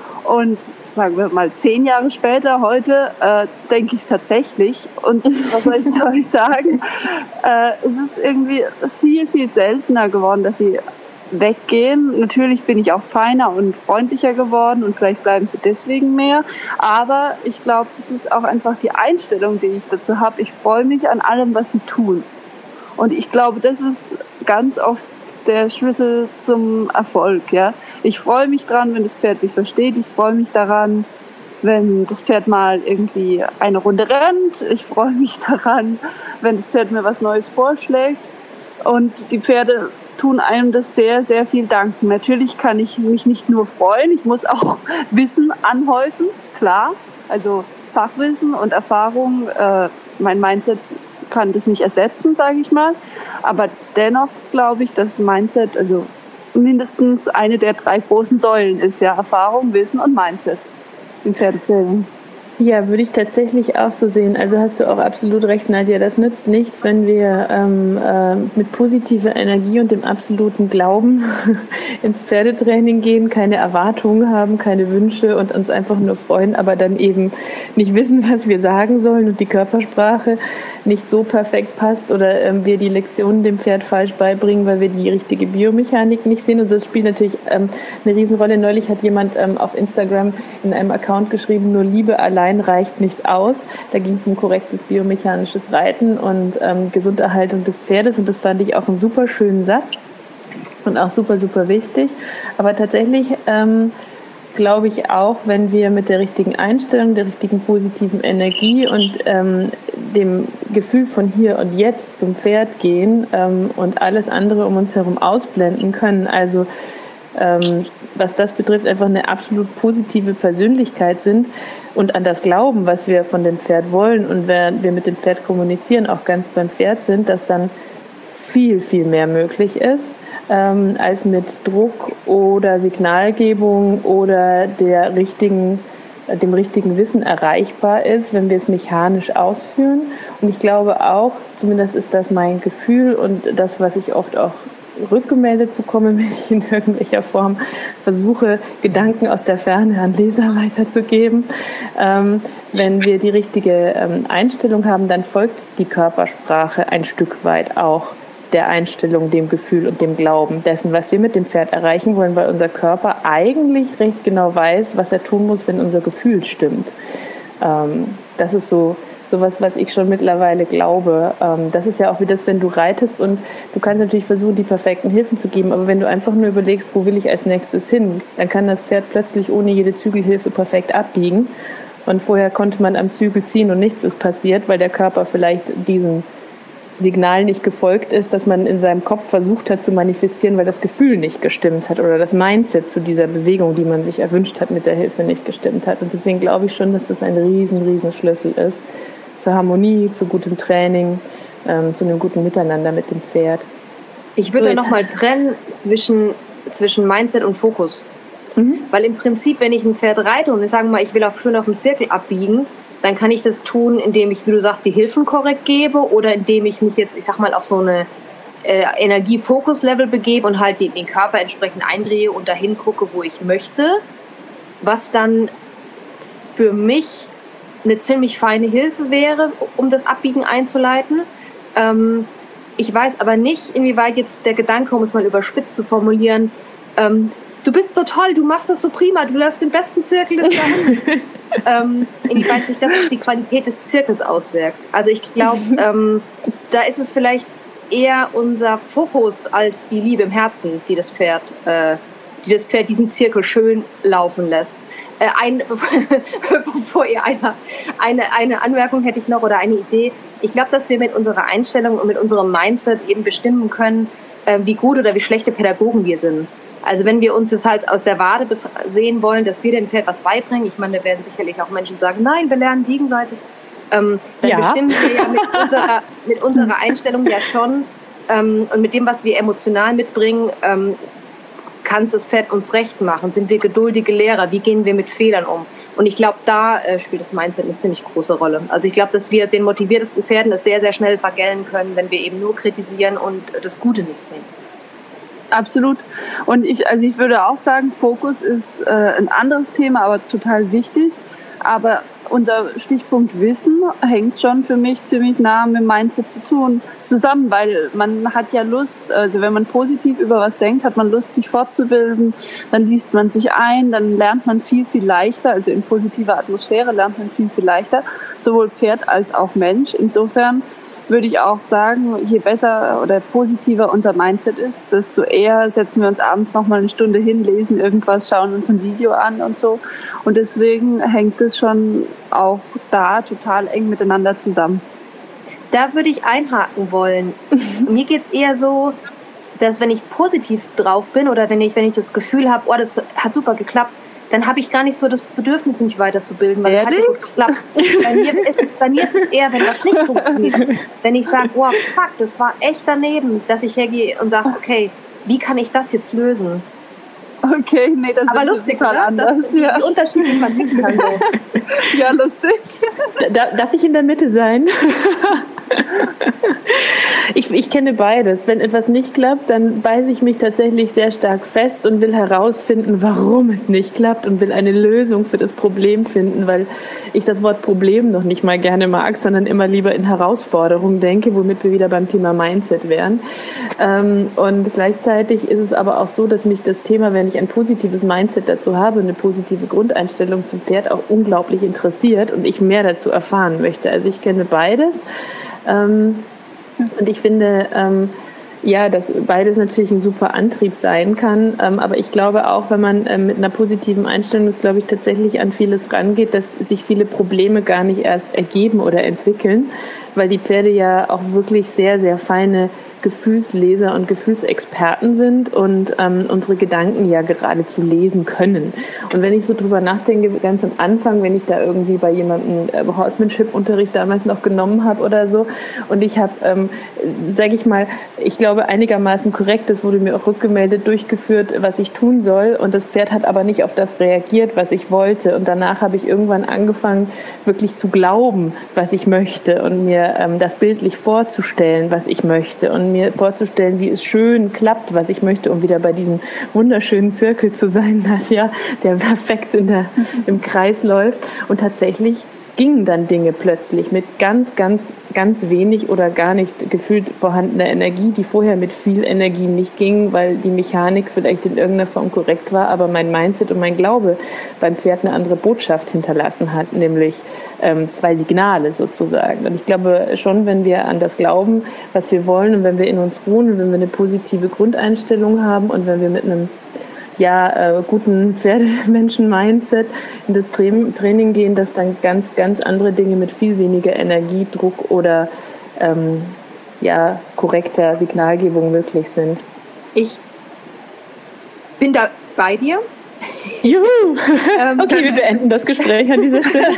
Speaker 3: Und sagen wir mal zehn Jahre später, heute, äh, denke ich es tatsächlich. Und was soll ich, soll ich sagen? Äh, es ist irgendwie viel, viel seltener geworden, dass sie weggehen. Natürlich bin ich auch feiner und freundlicher geworden und vielleicht bleiben sie deswegen mehr. Aber ich glaube, das ist auch einfach die Einstellung, die ich dazu habe. Ich freue mich an allem, was sie tun. Und ich glaube, das ist ganz oft der Schlüssel zum Erfolg. Ja? Ich freue mich dran, wenn das Pferd mich versteht. Ich freue mich daran, wenn das Pferd mal irgendwie eine Runde rennt. Ich freue mich daran, wenn das Pferd mir was Neues vorschlägt. Und die Pferde tun einem das sehr, sehr viel danken. Natürlich kann ich mich nicht nur freuen, ich muss auch Wissen anhäufen, klar. Also Fachwissen und Erfahrung, äh, mein Mindset kann das nicht ersetzen, sage ich mal. Aber dennoch glaube ich, dass Mindset also mindestens eine der drei großen Säulen ist. Ja, Erfahrung, Wissen und Mindset im Pferdetraining.
Speaker 2: Ja, würde ich tatsächlich auch so sehen. Also hast du auch absolut recht, Nadja. Das nützt nichts, wenn wir ähm, äh, mit positiver Energie und dem absoluten Glauben ins Pferdetraining gehen, keine Erwartungen haben, keine Wünsche und uns einfach nur freuen, aber dann eben nicht wissen, was wir sagen sollen und die Körpersprache nicht so perfekt passt oder ähm, wir die Lektionen dem Pferd falsch beibringen, weil wir die richtige Biomechanik nicht sehen. Und das spielt natürlich ähm, eine Riesenrolle. Neulich hat jemand ähm, auf Instagram in einem Account geschrieben, nur Liebe allein reicht nicht aus. Da ging es um korrektes biomechanisches Reiten und ähm, Gesunderhaltung des Pferdes und das fand ich auch einen super schönen Satz und auch super, super wichtig. Aber tatsächlich ähm, glaube ich auch, wenn wir mit der richtigen Einstellung, der richtigen positiven Energie und ähm, dem Gefühl von hier und jetzt zum Pferd gehen ähm, und alles andere um uns herum ausblenden können, also ähm, was das betrifft, einfach eine absolut positive Persönlichkeit sind und an das Glauben, was wir von dem Pferd wollen und wenn wir mit dem Pferd kommunizieren, auch ganz beim Pferd sind, dass dann viel, viel mehr möglich ist, ähm, als mit Druck oder Signalgebung oder der richtigen, dem richtigen Wissen erreichbar ist, wenn wir es mechanisch ausführen. Und ich glaube auch, zumindest ist das mein Gefühl und das, was ich oft auch rückgemeldet bekomme, wenn ich in irgendwelcher Form versuche, Gedanken aus der Ferne an Leser weiterzugeben. Ähm, wenn wir die richtige ähm, Einstellung haben, dann folgt die Körpersprache ein Stück weit auch der Einstellung, dem Gefühl und dem Glauben dessen, was wir mit dem Pferd erreichen wollen, weil unser Körper eigentlich recht genau weiß, was er tun muss, wenn unser Gefühl stimmt. Ähm, das ist so sowas, was ich schon mittlerweile glaube. Ähm, das ist ja auch wie das, wenn du reitest und du kannst natürlich versuchen, die perfekten Hilfen zu geben, aber wenn du einfach nur überlegst, wo will ich als nächstes hin, dann kann das Pferd plötzlich ohne jede Zügelhilfe perfekt abbiegen und vorher konnte man am Zügel ziehen und nichts ist passiert, weil der Körper vielleicht diesen Signal nicht gefolgt ist, dass man in seinem Kopf versucht hat zu manifestieren, weil das Gefühl nicht gestimmt hat oder das Mindset zu dieser Bewegung, die man sich erwünscht hat, mit der Hilfe nicht gestimmt hat. Und deswegen glaube ich schon, dass das ein riesen, riesen Schlüssel ist zur Harmonie, zu gutem Training, ähm, zu einem guten Miteinander mit dem Pferd.
Speaker 4: Ich würde
Speaker 2: so,
Speaker 4: nochmal trennen zwischen, zwischen Mindset und Fokus. Mhm. Weil im Prinzip, wenn ich ein Pferd reite und ich sage mal, ich will auf, schön auf dem Zirkel abbiegen, dann kann ich das tun, indem ich, wie du sagst, die Hilfen korrekt gebe oder indem ich mich jetzt, ich sag mal, auf so eine äh, Energie-Fokus-Level begebe und halt den, den Körper entsprechend eindrehe und dahin gucke, wo ich möchte, was dann für mich eine ziemlich feine Hilfe wäre, um das Abbiegen einzuleiten. Ähm, ich weiß aber nicht, inwieweit jetzt der Gedanke, um es mal überspitzt zu formulieren, ähm, du bist so toll, du machst das so prima, du läufst den besten Zirkel des Landes. ähm, inwieweit sich das auf die Qualität des Zirkels auswirkt. Also ich glaube, ähm, da ist es vielleicht eher unser Fokus als die Liebe im Herzen, die das Pferd, äh, die das Pferd diesen Zirkel schön laufen lässt. Äh, ein, bevor ihr eine, eine, eine Anmerkung hätte ich noch oder eine Idee. Ich glaube, dass wir mit unserer Einstellung und mit unserem Mindset eben bestimmen können, äh, wie gut oder wie schlechte Pädagogen wir sind. Also wenn wir uns jetzt halt aus der Wade sehen wollen, dass wir dem Pferd was beibringen, ich meine, da werden sicherlich auch Menschen sagen, nein, wir lernen gegenseitig, ähm, dann ja. bestimmen wir ja mit unserer, mit unserer Einstellung ja schon ähm, und mit dem, was wir emotional mitbringen, ähm, kann es das Pferd uns recht machen? Sind wir geduldige Lehrer? Wie gehen wir mit Fehlern um? Und ich glaube, da äh, spielt das Mindset eine ziemlich große Rolle. Also ich glaube, dass wir den motiviertesten Pferden es sehr, sehr schnell vergällen können, wenn wir eben nur kritisieren und das Gute nicht sehen.
Speaker 3: Absolut. Und ich, also ich würde auch sagen, Fokus ist äh, ein anderes Thema, aber total wichtig. Aber unser Stichpunkt Wissen hängt schon für mich ziemlich nah mit dem Mindset zu tun, zusammen, weil man hat ja Lust, also wenn man positiv über was denkt, hat man Lust, sich fortzubilden, dann liest man sich ein, dann lernt man viel, viel leichter, also in positiver Atmosphäre lernt man viel, viel leichter, sowohl Pferd als auch Mensch. Insofern würde ich auch sagen, je besser oder positiver unser Mindset ist, desto eher setzen wir uns abends noch mal eine Stunde hin, lesen irgendwas, schauen uns ein Video an und so. Und deswegen hängt es schon auch da total eng miteinander zusammen.
Speaker 4: Da würde ich einhaken wollen. Mir geht es eher so, dass wenn ich positiv drauf bin oder wenn ich, wenn ich das Gefühl habe, oh, das hat super geklappt, dann habe ich gar nicht so das Bedürfnis, mich weiterzubilden, weil es hat nicht geklappt. Bei mir, ist es, bei mir ist es eher, wenn das nicht funktioniert. Wenn ich sage, oh fuck, das war echt daneben, dass ich hergehe und sage, okay, wie kann ich das jetzt lösen?
Speaker 3: Okay, nee, das
Speaker 4: aber
Speaker 3: ist
Speaker 4: lustig,
Speaker 3: total
Speaker 4: oder?
Speaker 3: anders.
Speaker 4: Das, ja. Die unterschiedlichen Artikel dann so.
Speaker 3: Ja, lustig.
Speaker 2: Da, darf ich in der Mitte sein? Ich, ich kenne beides. Wenn etwas nicht klappt, dann beiße ich mich tatsächlich sehr stark fest und will herausfinden, warum es nicht klappt und will eine Lösung für das Problem finden, weil ich das Wort Problem noch nicht mal gerne mag, sondern immer lieber in Herausforderungen denke, womit wir wieder beim Thema Mindset wären. Und gleichzeitig ist es aber auch so, dass mich das Thema, wenn ich ein positives Mindset dazu habe, eine positive Grundeinstellung zum Pferd auch unglaublich interessiert und ich mehr dazu erfahren möchte. Also ich kenne beides. Und ich finde, ähm, ja, dass beides natürlich ein super Antrieb sein kann. Ähm, aber ich glaube auch, wenn man ähm, mit einer positiven Einstellung ist, glaube ich, tatsächlich an vieles rangeht, dass sich viele Probleme gar nicht erst ergeben oder entwickeln, weil die Pferde ja auch wirklich sehr, sehr feine Gefühlsleser und Gefühlsexperten sind und ähm, unsere Gedanken ja geradezu lesen können. Und wenn ich so drüber nachdenke, ganz am Anfang, wenn ich da irgendwie bei jemandem äh, Horsemanship-Unterricht damals noch genommen habe oder so und ich habe, ähm, sage ich mal, ich glaube einigermaßen korrekt, das wurde mir auch rückgemeldet, durchgeführt, was ich tun soll und das Pferd hat aber nicht auf das reagiert, was ich wollte und danach habe ich irgendwann angefangen, wirklich zu glauben, was ich möchte und mir ähm, das bildlich vorzustellen, was ich möchte und an, mir vorzustellen, wie es schön klappt, was ich möchte, um wieder bei diesem wunderschönen Zirkel zu sein, Nadja, der perfekt in der, im Kreis läuft. Und tatsächlich gingen dann Dinge plötzlich mit ganz, ganz, ganz wenig oder gar nicht gefühlt vorhandener Energie, die vorher mit viel Energie nicht gingen, weil die Mechanik vielleicht in irgendeiner Form korrekt war, aber mein Mindset und mein Glaube beim Pferd eine andere Botschaft hinterlassen hat, nämlich ähm, zwei Signale sozusagen. Und ich glaube schon, wenn wir an das glauben, was wir wollen und wenn wir in uns ruhen und wenn wir eine positive Grundeinstellung haben und wenn wir mit einem ja, äh, guten Pferdemenschen-Mindset in das Tra- Training gehen, dass dann ganz, ganz andere Dinge mit viel weniger Energie, Druck oder ähm, ja, korrekter Signalgebung möglich sind.
Speaker 4: Ich bin da bei dir.
Speaker 2: Juhu! ähm, okay, wir beenden das Gespräch an dieser Stelle.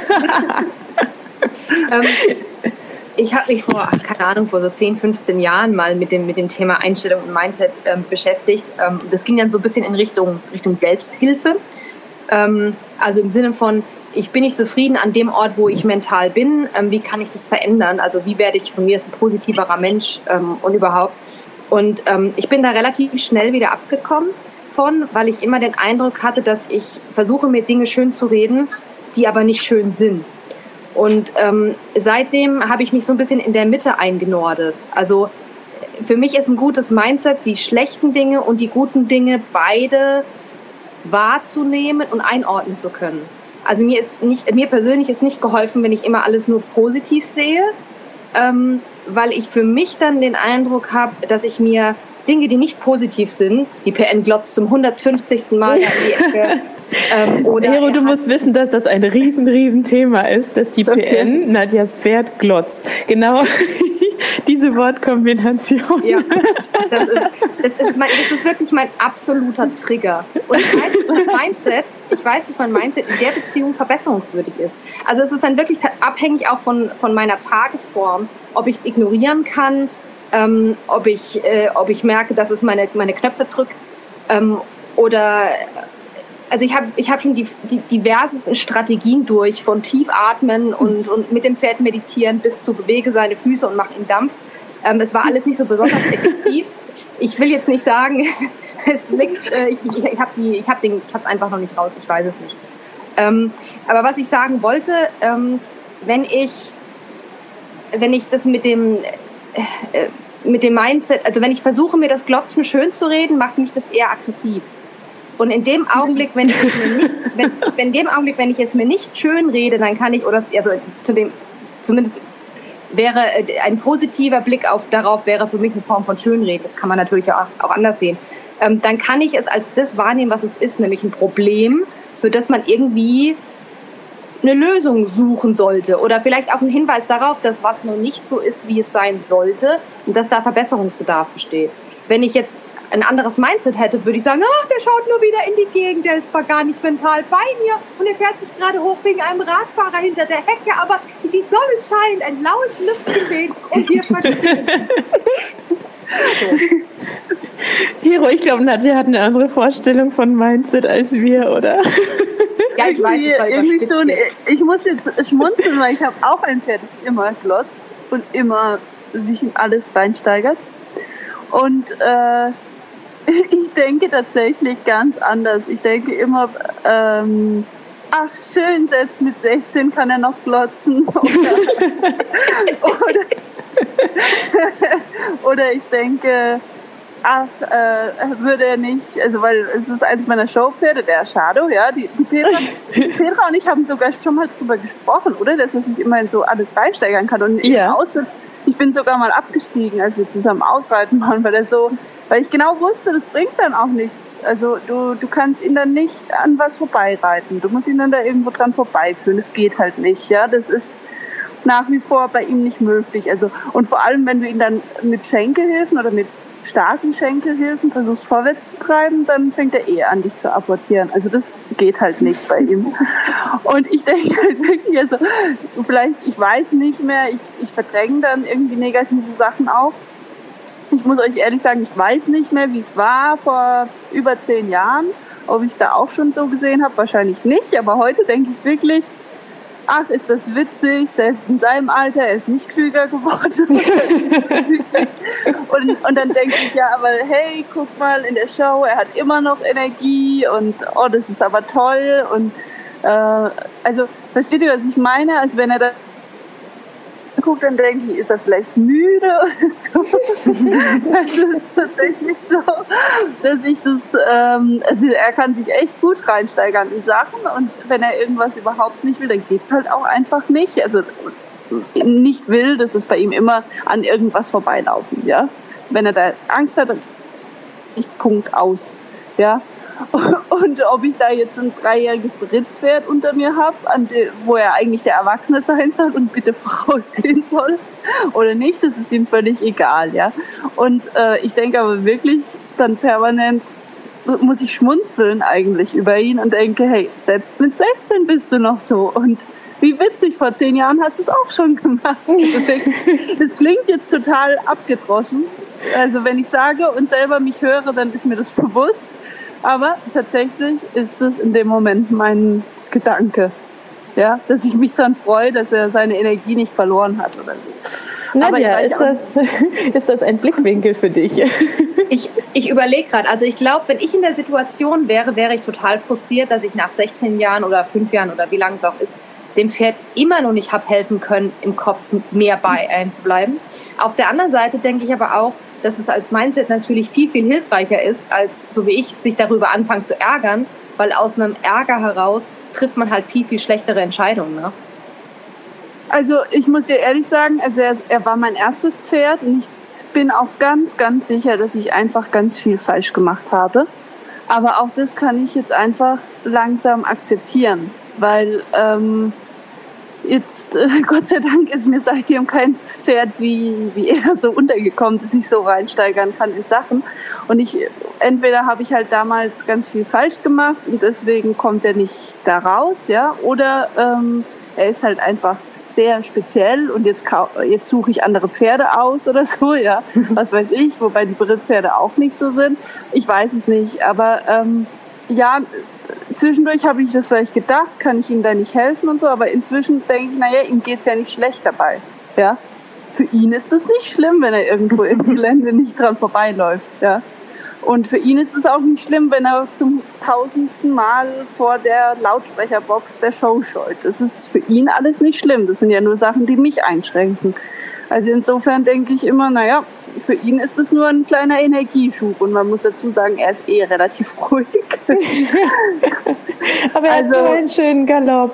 Speaker 4: ähm, Ich habe mich vor, keine Ahnung, vor so zehn, fünfzehn Jahren mal mit dem, mit dem Thema Einstellung und Mindset ähm, beschäftigt. Ähm, das ging dann so ein bisschen in Richtung, Richtung Selbsthilfe. Ähm, also im Sinne von, ich bin nicht zufrieden an dem Ort, wo ich mental bin. Ähm, wie kann ich das verändern? Also wie werde ich von mir als ein positiverer Mensch ähm, und überhaupt? Und ähm, ich bin da relativ schnell wieder abgekommen von, weil ich immer den Eindruck hatte, dass ich versuche, mir Dinge schön zu reden, die aber nicht schön sind. Und ähm, seitdem habe ich mich so ein bisschen in der Mitte eingenordet. Also für mich ist ein gutes Mindset, die schlechten Dinge und die guten Dinge beide wahrzunehmen und einordnen zu können. Also mir ist nicht, mir persönlich ist nicht geholfen, wenn ich immer alles nur positiv sehe, ähm, weil ich für mich dann den Eindruck habe, dass ich mir Dinge, die nicht positiv sind, die P N glotzt zum hundertfünfzigsten Mal in die Ecke.
Speaker 2: Ähm, oder Hero, du musst wissen, dass das ein riesen, riesen Thema ist, dass die okay. P N Nadjas Pferd glotzt. Genau diese Wortkombination.
Speaker 4: Ja, das ist, das, ist mein, das ist wirklich mein absoluter Trigger. Und ich weiß, dass mein Mindset, ich weiß, dass mein Mindset in der Beziehung verbesserungswürdig ist. Also es ist dann wirklich abhängig auch von, von meiner Tagesform, ob ich es ignorieren kann, ähm, ob, ich, äh, ob ich merke, dass es meine, meine Knöpfe drückt ähm, oder... Also ich habe ich hab schon die, die diversesten Strategien durch, von tief atmen und, und mit dem Pferd meditieren bis zu bewege seine Füße und mach ihm Dampf. Ähm, es war alles nicht so besonders effektiv. Ich will jetzt nicht sagen, es liegt, äh, ich, ich, ich habe ich hab es einfach noch nicht raus, ich weiß es nicht. Ähm, aber was ich sagen wollte, ähm, wenn ich wenn ich das mit dem äh, mit dem Mindset, also wenn ich versuche, mir das Glotzen schön zu reden, macht mich das eher aggressiv. Und in dem Augenblick, wenn ich es mir nicht, wenn, wenn in dem Augenblick, wenn ich es mir nicht schön rede, dann kann ich, oder also zu dem, zumindest wäre ein positiver Blick auf darauf wäre für mich eine Form von Schönreden. Das kann man natürlich auch, auch anders sehen. Ähm, dann kann ich es als das wahrnehmen, was es ist, nämlich ein Problem, für das man irgendwie eine Lösung suchen sollte oder vielleicht auch ein Hinweis darauf, dass was noch nicht so ist, wie es sein sollte und dass da Verbesserungsbedarf besteht. Wenn ich jetzt ein anderes Mindset hätte, würde ich sagen, ach, der schaut nur wieder in die Gegend, der ist zwar gar nicht mental bei mir und er fährt sich gerade hoch wegen einem Radfahrer hinter der Hecke, aber die Sonne scheint, ein laues Lüftchen weht und wir verstehen.
Speaker 2: So. Hero, ich glaube, Nadja hat eine andere Vorstellung von Mindset als wir, oder?
Speaker 4: Ja, ich weiß, es war
Speaker 3: irgendwie schon. Ich muss jetzt schmunzeln, weil ich habe auch ein Pferd, das immer glotzt und immer sich in alles reinsteigert. Und äh, ich denke tatsächlich ganz anders. Ich denke immer, ähm, ach schön, selbst mit sechzehn kann er noch glotzen. Oder, oder, oder ich denke, ach, äh, würde er nicht, also weil es ist eines meiner Showpferde, der Shadow, ja, die, die, Petra, die Petra und ich haben sogar schon mal drüber gesprochen, oder, dass er sich immer in so alles reinsteigern kann. Und
Speaker 2: ja.
Speaker 3: Außen, ich bin sogar mal abgestiegen, als wir zusammen ausreiten waren, weil er so, weil ich genau wusste, das bringt dann auch nichts. Also du, du kannst ihn dann nicht an was vorbeireiten. Du musst ihn dann da irgendwo dran vorbeiführen. Das geht halt nicht, ja. Das ist nach wie vor bei ihm nicht möglich. Also, und vor allem, wenn du ihn dann mit Schenkelhilfen oder mit starken Schenkelhilfen versuchst vorwärts zu treiben, dann fängt er eh an, dich zu apportieren. Also das geht halt nicht bei ihm. Und ich denke halt wirklich, also vielleicht, ich weiß nicht mehr, ich, ich verdränge dann irgendwie negative Sachen auch. Ich muss euch ehrlich sagen, ich weiß nicht mehr, wie es war vor über zehn Jahren, ob ich es da auch schon so gesehen habe, wahrscheinlich nicht. Aber heute denke ich wirklich, ach, ist das witzig, selbst in seinem Alter, er ist nicht klüger geworden. und, und dann denke ich, ja, aber hey, guck mal in der Show, er hat immer noch Energie und oh, das ist aber toll. Und äh, also, versteht ihr, was ich meine? Also wenn er da guckt, dann denke ich, ist er vielleicht müde oder so. Also es ist tatsächlich so, dass ich das, ähm, also er kann sich echt gut reinsteigern in Sachen und wenn er irgendwas überhaupt nicht will, dann geht es halt auch einfach nicht. Also nicht will, das ist bei ihm immer an irgendwas vorbeilaufen, ja. Wenn er da Angst hat, dann ich Punkt aus, ja. Und ob ich da jetzt ein dreijähriges Brittpferd unter mir habe, wo er eigentlich der Erwachsene sein soll und bitte vorausgehen soll oder nicht, das ist ihm völlig egal, ja. Und äh, ich denke aber wirklich dann permanent, muss ich schmunzeln eigentlich über ihn und denke, hey, selbst mit sechzehn bist du noch so und wie witzig, vor zehn Jahren hast du es auch schon gemacht. Das klingt jetzt total abgedroschen. Also wenn ich sage und selber mich höre, dann ist mir das bewusst. Aber tatsächlich ist es in dem Moment mein Gedanke, ja, dass ich mich daran freue, dass er seine Energie nicht verloren hat oder so.
Speaker 2: Nadja, ist das, ist das ein Blickwinkel für dich?
Speaker 4: Ich, ich überlege gerade, also ich glaube, wenn ich in der Situation wäre, wäre ich total frustriert, dass ich nach sechzehn Jahren oder fünf Jahren oder wie lange es auch ist, dem Pferd immer noch nicht habe helfen können, im Kopf mehr bei einem zu bleiben. Auf der anderen Seite denke ich aber auch, dass es als Mindset natürlich viel, viel hilfreicher ist, als, so wie ich, sich darüber anfangen zu ärgern, weil aus einem Ärger heraus trifft man halt viel, viel schlechtere Entscheidungen. Ne?
Speaker 3: Also ich muss dir ehrlich sagen, also er, er war mein erstes Pferd und ich bin auch ganz, ganz sicher, dass ich einfach ganz viel falsch gemacht habe. Aber auch das kann ich jetzt einfach langsam akzeptieren, weil ähm, jetzt, äh, Gott sei Dank, ist mir seitdem kein Pferd wie, wie er so untergekommen, dass ich so reinsteigern kann in Sachen. Und ich, entweder habe ich halt damals ganz viel falsch gemacht und deswegen kommt er nicht da raus, ja, oder ähm, er ist halt einfach sehr speziell und jetzt, jetzt suche ich andere Pferde aus oder so, ja, was weiß ich, wobei die Brittpferde auch nicht so sind. Ich weiß es nicht, aber ähm, ja, zwischendurch habe ich das vielleicht gedacht, kann ich ihm da nicht helfen und so, aber inzwischen denke ich, naja, ihm geht es ja nicht schlecht dabei. Ja? Für ihn ist es nicht schlimm, wenn er irgendwo im Gelände nicht dran vorbeiläuft. Ja? Und für ihn ist es auch nicht schlimm, wenn er zum tausendsten Mal vor der Lautsprecherbox der Show scheut. Das ist für ihn alles nicht schlimm. Das sind ja nur Sachen, die mich einschränken. Also insofern denke ich immer, naja, für ihn ist es nur ein kleiner Energieschub und man muss dazu sagen, er ist eh relativ ruhig.
Speaker 2: Aber er also, hat so einen schönen Galopp.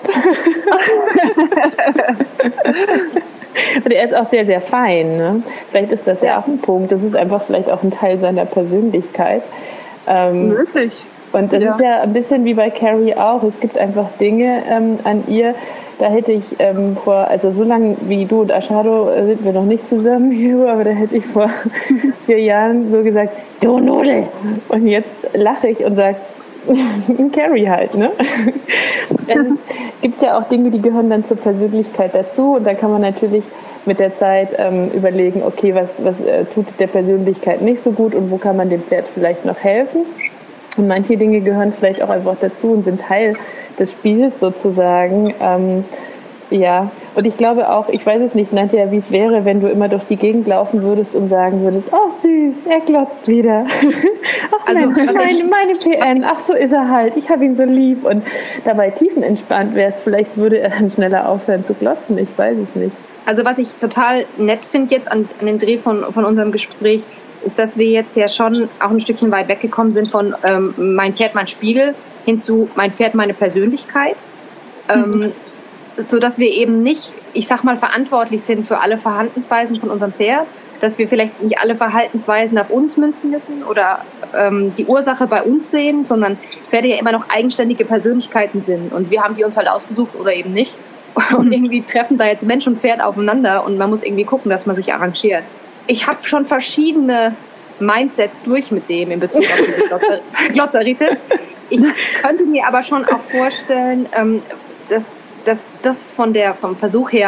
Speaker 2: Und er ist auch sehr, sehr fein. Ne? Vielleicht ist das ja. ja auch ein Punkt. Das ist einfach vielleicht auch ein Teil seiner Persönlichkeit. Ähm,
Speaker 3: Wirklich.
Speaker 2: Und das ja. ist ja ein bisschen wie bei Carrie auch. Es gibt einfach Dinge ähm, an ihr, da hätte ich ähm, vor, also so lange wie du und Ashado sind wir noch nicht zusammen hier, aber da hätte ich vor vier Jahren so gesagt, du Nudel! Und jetzt lache ich und sage, Carrie halt, ne? Es gibt ja auch Dinge, die gehören dann zur Persönlichkeit dazu und da kann man natürlich mit der Zeit ähm, überlegen, okay, was, was äh, tut der Persönlichkeit nicht so gut und wo kann man dem Pferd vielleicht noch helfen? Und manche Dinge gehören vielleicht auch einfach dazu und sind Teil des Spiels sozusagen. Ähm, ja, und ich glaube auch, ich weiß es nicht, Nadja, wie es wäre, wenn du immer durch die Gegend laufen würdest und sagen würdest, oh süß, er glotzt wieder. Ach also, Mensch, also meine, meine P N, ach so ist er halt, ich habe ihn so lieb. Und dabei tiefenentspannt wärst, vielleicht würde er dann schneller aufhören zu glotzen, ich weiß es nicht.
Speaker 4: Also was ich total nett finde jetzt an, an dem Dreh von, von unserem Gespräch, ist, dass wir jetzt ja schon auch ein Stückchen weit weggekommen sind von ähm, mein Pferd, mein Spiegel, hin zu mein Pferd, meine Persönlichkeit. Ähm, mhm. So dass wir eben nicht, ich sag mal, verantwortlich sind für alle Verhaltensweisen von unserem Pferd, dass wir vielleicht nicht alle Verhaltensweisen auf uns münzen müssen oder ähm, die Ursache bei uns sehen, sondern Pferde ja immer noch eigenständige Persönlichkeiten sind und wir haben die uns halt ausgesucht oder eben nicht und irgendwie treffen da jetzt Mensch und Pferd aufeinander und man muss irgendwie gucken, dass man sich arrangiert. Ich habe schon verschiedene Mindsets durch mit dem in Bezug auf diese Glotzer- Glotzeritis. Ich könnte mir aber schon auch vorstellen, ähm, dass dass das von der, vom Versuch her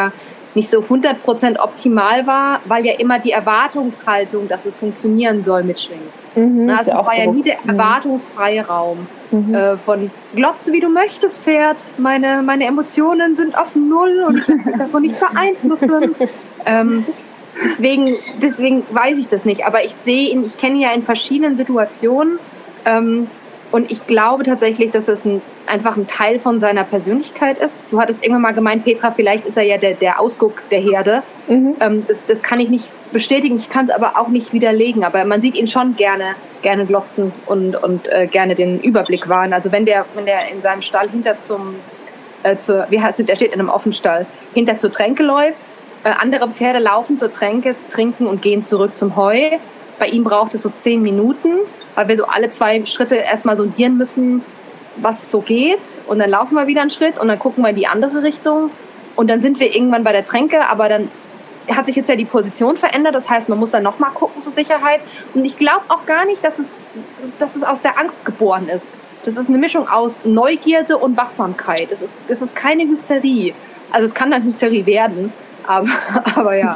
Speaker 4: nicht so hundert Prozent optimal war, weil ja immer die Erwartungshaltung, dass es funktionieren soll, mitschwingt. Mhm, also es war ja nie der erwartungsfreie Raum. Mhm. Äh, von glotze wie du möchtest, Pferd, meine, meine Emotionen sind auf Null und ich lasse mich davon nicht beeinflussen. ähm, deswegen, deswegen weiß ich das nicht, aber ich sehe ihn, ich kenne ihn ja in verschiedenen Situationen ähm, und ich glaube tatsächlich, dass es ein, einfach ein Teil von seiner Persönlichkeit ist. Du hattest irgendwann mal gemeint, Petra, vielleicht ist er ja der, der Ausguck der Herde. Mhm. Ähm, das, das kann ich nicht bestätigen, ich kann es aber auch nicht widerlegen, aber man sieht ihn schon gerne, gerne glotzen und, und äh, gerne den Überblick wahren. Also wenn der, wenn der in seinem Stall hinter zum, äh, zur, wie heißt es, der steht in einem Offenstall, hinter zur Tränke läuft, äh, andere Pferde laufen zur Tränke, trinken und gehen zurück zum Heu. Bei ihm braucht es so zehn Minuten, weil wir so alle zwei Schritte erstmal sondieren müssen, was so geht. Und dann laufen wir wieder einen Schritt und dann gucken wir in die andere Richtung. Und dann sind wir irgendwann bei der Tränke, aber dann hat sich jetzt ja die Position verändert. Das heißt, man muss dann nochmal gucken zur Sicherheit. Und ich glaube auch gar nicht, dass es, dass es aus der Angst geboren ist. Das ist eine Mischung aus Neugierde und Wachsamkeit. Es ist, es ist keine Hysterie. Also es kann dann Hysterie werden, aber, aber ja.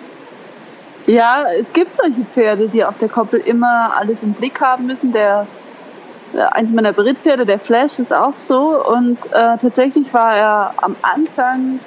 Speaker 3: Ja, es gibt solche Pferde, die auf der Koppel immer alles im Blick haben müssen. Der, eins meiner Brittpferde, der Flash, ist auch so. Und äh, tatsächlich war er am Anfang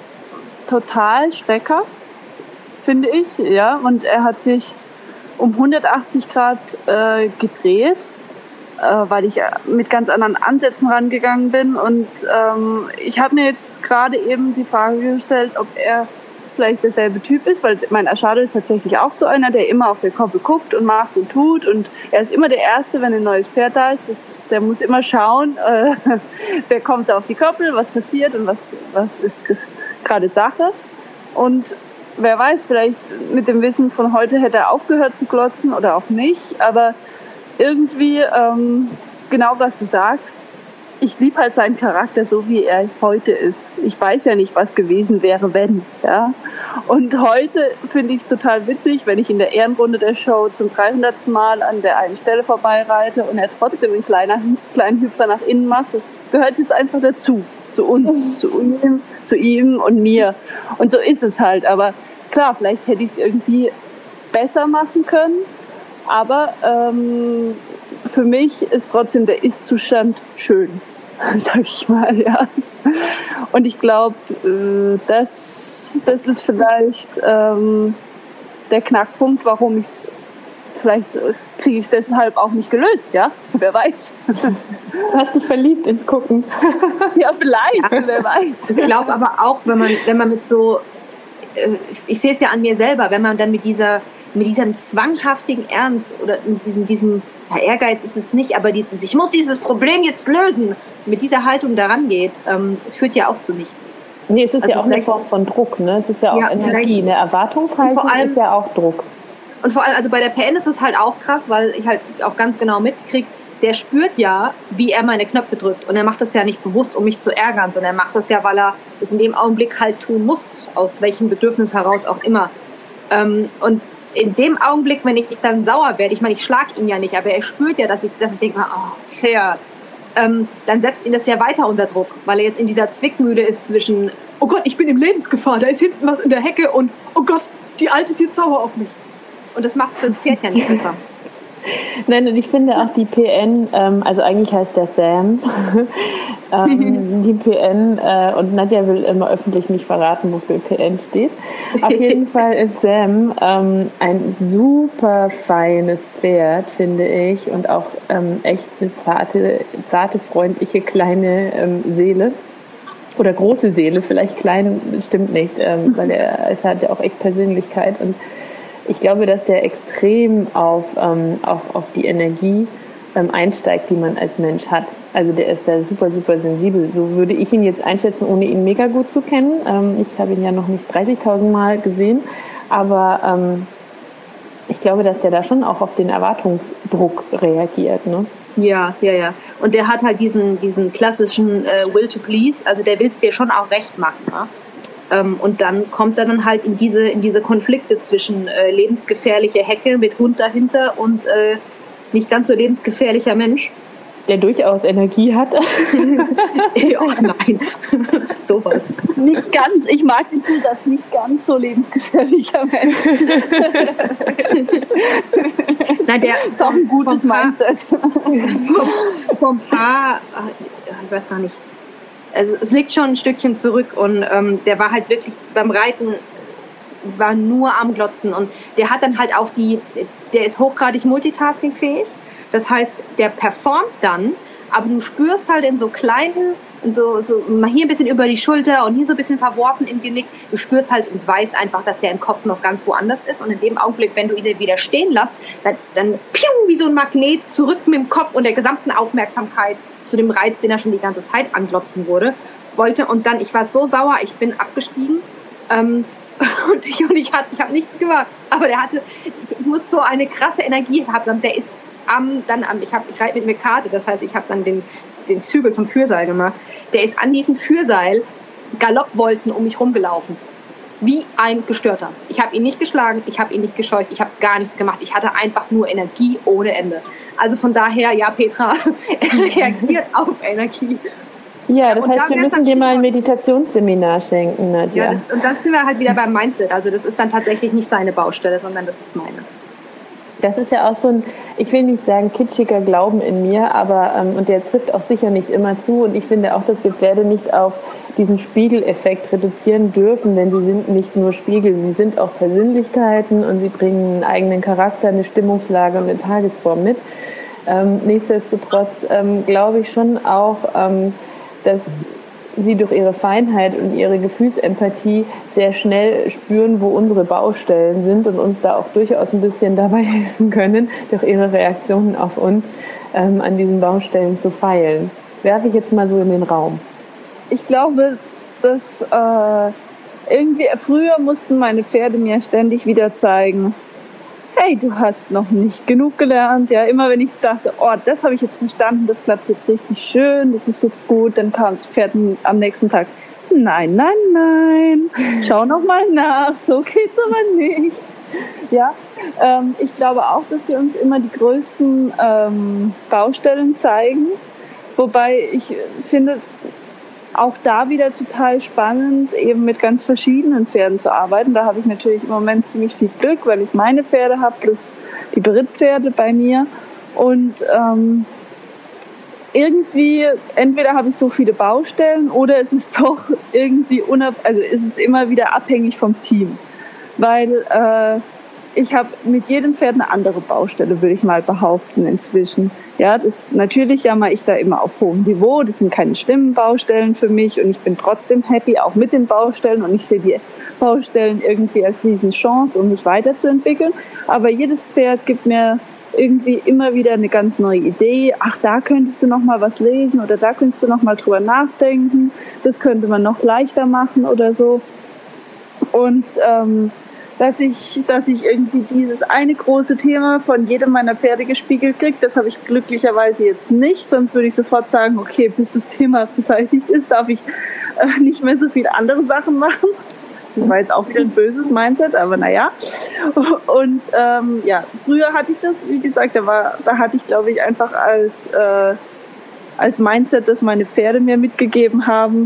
Speaker 3: total schreckhaft, finde ich. Ja, und er hat sich um hundertachtzig Grad äh, gedreht, äh, weil ich mit ganz anderen Ansätzen rangegangen bin. Und ähm, ich habe mir jetzt gerade eben die Frage gestellt, ob er vielleicht derselbe Typ ist, weil mein Ashado ist tatsächlich auch so einer, der immer auf der Koppel guckt und macht und tut und er ist immer der Erste, wenn ein neues Pferd da ist. Das, der muss immer schauen, äh, wer kommt da auf die Koppel, was passiert und was, was ist gerade Sache. Und wer weiß, vielleicht mit dem Wissen von heute hätte er aufgehört zu glotzen oder auch nicht, aber irgendwie, ähm, genau was du sagst, ich liebe halt seinen Charakter so, wie er heute ist. Ich weiß ja nicht, was gewesen wäre, wenn. Ja? Und heute finde ich es total witzig, wenn ich in der Ehrenrunde der Show zum dreihundertsten Mal an der einen Stelle vorbeireite und er trotzdem einen kleinen, kleinen Hüpfer nach innen macht. Das gehört jetzt einfach dazu, zu uns, zu ihm, zu ihm und mir. Und so ist es halt. Aber klar, vielleicht hätte ich es irgendwie besser machen können. Aber ähm, für mich ist trotzdem der Ist-Zustand schön, sag ich mal, ja. Und ich glaube, äh, das, das ist vielleicht ähm, der Knackpunkt, warum ich vielleicht äh, kriege ich es deshalb auch nicht gelöst, ja. Wer weiß.
Speaker 2: Du hast dich verliebt ins Gucken.
Speaker 3: Ja, vielleicht, ja. Wer weiß.
Speaker 4: Ich glaube aber auch, wenn man, wenn man mit so, äh, ich sehe es ja an mir selber, wenn man dann mit dieser mit diesem zwanghaftigen Ernst oder mit diesem, diesem ja, Ehrgeiz ist es nicht, aber dieses, ich muss dieses Problem jetzt lösen, mit dieser Haltung daran geht, ähm, es führt ja auch zu nichts.
Speaker 2: Nee, es ist
Speaker 4: also
Speaker 2: ja auch eine Form von Druck, ne? Es ist ja auch ja, Energie, eine Erwartungshaltung
Speaker 4: vor allem,
Speaker 2: ist ja auch Druck.
Speaker 4: Und vor allem, also bei der P N ist es halt auch krass, weil ich halt auch ganz genau mitkriege, der spürt ja, wie er meine Knöpfe drückt. Und er macht das ja nicht bewusst, um mich zu ärgern, sondern er macht das ja, weil er es in dem Augenblick halt tun muss, aus welchem Bedürfnis heraus auch immer. Ähm, und in dem Augenblick, wenn ich dann sauer werde, ich meine, ich schlag ihn ja nicht, aber er spürt ja, dass ich, dass ich denke, oh, fair, ähm, dann setzt ihn das ja weiter unter Druck, weil er jetzt in dieser Zwickmühle ist zwischen, oh Gott, ich bin in Lebensgefahr, da ist hinten was in der Hecke und, oh Gott, die Alte ist jetzt sauer auf mich. Und das macht es fürs Pferd ja nicht besser.
Speaker 2: Nein, und ich finde auch die P N, ähm, also eigentlich heißt der Sam, ähm, die P N, äh, und Nadja will immer öffentlich nicht verraten, wofür P N steht. Auf jeden Fall ist Sam ähm, ein super feines Pferd, finde ich, und auch ähm, echt eine zarte, zarte, freundliche, kleine ähm, Seele. Oder große Seele, vielleicht klein, stimmt nicht, ähm, weil er es hat ja auch echt Persönlichkeit und ich glaube, dass der extrem auf, ähm, auf, auf die Energie ähm, einsteigt, die man als Mensch hat. Also der ist da super, super sensibel. So würde ich ihn jetzt einschätzen, ohne ihn mega gut zu kennen. Ähm, ich habe ihn ja noch nicht dreißigtausend Mal gesehen, aber ähm, ich glaube, dass der da schon auch auf den Erwartungsdruck reagiert, ne?
Speaker 4: Ja, ja, ja. Und der hat halt diesen, diesen klassischen äh, Will to Please, also der will es dir schon auch recht machen, ne? Und dann kommt er dann halt in diese, in diese Konflikte zwischen äh, lebensgefährliche Hecke mit Hund dahinter und äh, nicht ganz so lebensgefährlicher Mensch.
Speaker 2: der durchaus Energie hat.
Speaker 4: Ach nein, sowas.
Speaker 3: Nicht ganz, ich mag den Titel, das nicht ganz so lebensgefährlicher Mensch.
Speaker 4: Nein, der
Speaker 3: ist auch ein gutes Mindset.
Speaker 4: Vom Paar, ich weiß gar nicht, also es liegt schon ein Stückchen zurück und ähm, der war halt wirklich beim Reiten, war nur am Glotzen und der hat dann halt auch die, der ist hochgradig multitaskingfähig. Das heißt, der performt dann, aber du spürst halt in so kleinen, in so, so mal hier ein bisschen über die Schulter und hier so ein bisschen verworfen im Genick, du spürst halt und weißt einfach, dass der im Kopf noch ganz woanders ist und in dem Augenblick, wenn du ihn wieder stehen lässt, dann, dann piu, wie so ein Magnet zurück mit dem Kopf und der gesamten Aufmerksamkeit zu dem Reiz, den er schon die ganze Zeit anglotzen wurde, wollte und dann, ich war so sauer, ich bin abgestiegen, ähm, und ich, und ich, ich habe nichts gemacht, aber der hatte, ich, ich muss so eine krasse Energie haben, der ist am, dann am, ich, hab, ich reite mit mir Karte, das heißt, ich habe dann den, den Zügel zum Führseil gemacht, der ist an diesem Führseil Galoppwolken um mich rumgelaufen, wie ein Gestörter. Ich habe ihn nicht geschlagen, ich habe ihn nicht gescheucht, ich habe gar nichts gemacht, ich hatte einfach nur Energie ohne Ende. Also von daher, ja Petra, er reagiert auf Energie.
Speaker 2: Ja, das und heißt, wir müssen dir mal ein Meditationsseminar schenken, Nadja.
Speaker 4: Ja, das, und dann sind wir halt wieder beim Mindset. Also das ist dann tatsächlich nicht seine Baustelle, sondern das ist meine.
Speaker 2: Das ist ja auch so ein, ich will nicht sagen kitschiger Glauben in mir, aber ähm, und der trifft auch sicher nicht immer zu. Und ich finde auch, dass wir Pferde nicht auf diesen Spiegeleffekt reduzieren dürfen, denn sie sind nicht nur Spiegel, sie sind auch Persönlichkeiten und sie bringen einen eigenen Charakter, eine Stimmungslage und eine Tagesform mit. Ähm, nichtsdestotrotz ähm, glaube ich schon auch, ähm, dass sie durch ihre Feinheit und ihre Gefühlsempathie sehr schnell spüren, wo unsere Baustellen sind und uns da auch durchaus ein bisschen dabei helfen können, durch ihre Reaktionen auf uns ähm, an diesen Baustellen zu feilen. Werfe ich jetzt mal so in den Raum.
Speaker 3: Ich glaube, dass äh, irgendwie früher mussten meine Pferde mir ständig wieder zeigen, hey, du hast noch nicht genug gelernt. Ja, immer wenn ich dachte, oh, das habe ich jetzt verstanden, das klappt jetzt richtig schön, das ist jetzt gut, dann kam das Pferd am nächsten Tag, nein, nein, nein, schau noch mal nach, so geht's aber nicht. Ja, ähm, ich glaube auch, dass sie uns immer die größten ähm, Baustellen zeigen, wobei ich finde, auch da wieder total spannend, eben mit ganz verschiedenen Pferden zu arbeiten. Da habe ich natürlich im Moment ziemlich viel Glück, weil ich meine Pferde habe, plus die Berittpferde bei mir. Und ähm, irgendwie, entweder habe ich so viele Baustellen oder es ist doch irgendwie, unab- also ist es immer wieder abhängig vom Team. Weil äh, ich habe mit jedem Pferd eine andere Baustelle, würde ich mal behaupten inzwischen. Ja, das natürlich jammer ich da immer auf hohem Niveau. Das sind keine schlimmen Baustellen für mich und ich bin trotzdem happy, auch mit den Baustellen. Und ich sehe die Baustellen irgendwie als Riesenchance, um mich weiterzuentwickeln. Aber jedes Pferd gibt mir irgendwie immer wieder eine ganz neue Idee. Ach, da könntest du noch mal was lesen oder da könntest du noch mal drüber nachdenken. Das könnte man noch leichter machen oder so. Und ähm, dass ich, dass ich irgendwie dieses eine große Thema von jedem meiner Pferde gespiegelt kriege. Das habe ich glücklicherweise jetzt nicht. Sonst würde ich sofort sagen, okay, bis das Thema beseitigt ist, darf ich äh, nicht mehr so viele andere Sachen machen. Das war jetzt auch wieder ein böses Mindset, aber naja. Und ähm, ja, früher hatte ich das, wie gesagt, da, war, da hatte ich, glaube ich, einfach als, äh, als Mindset, das meine Pferde mir mitgegeben haben,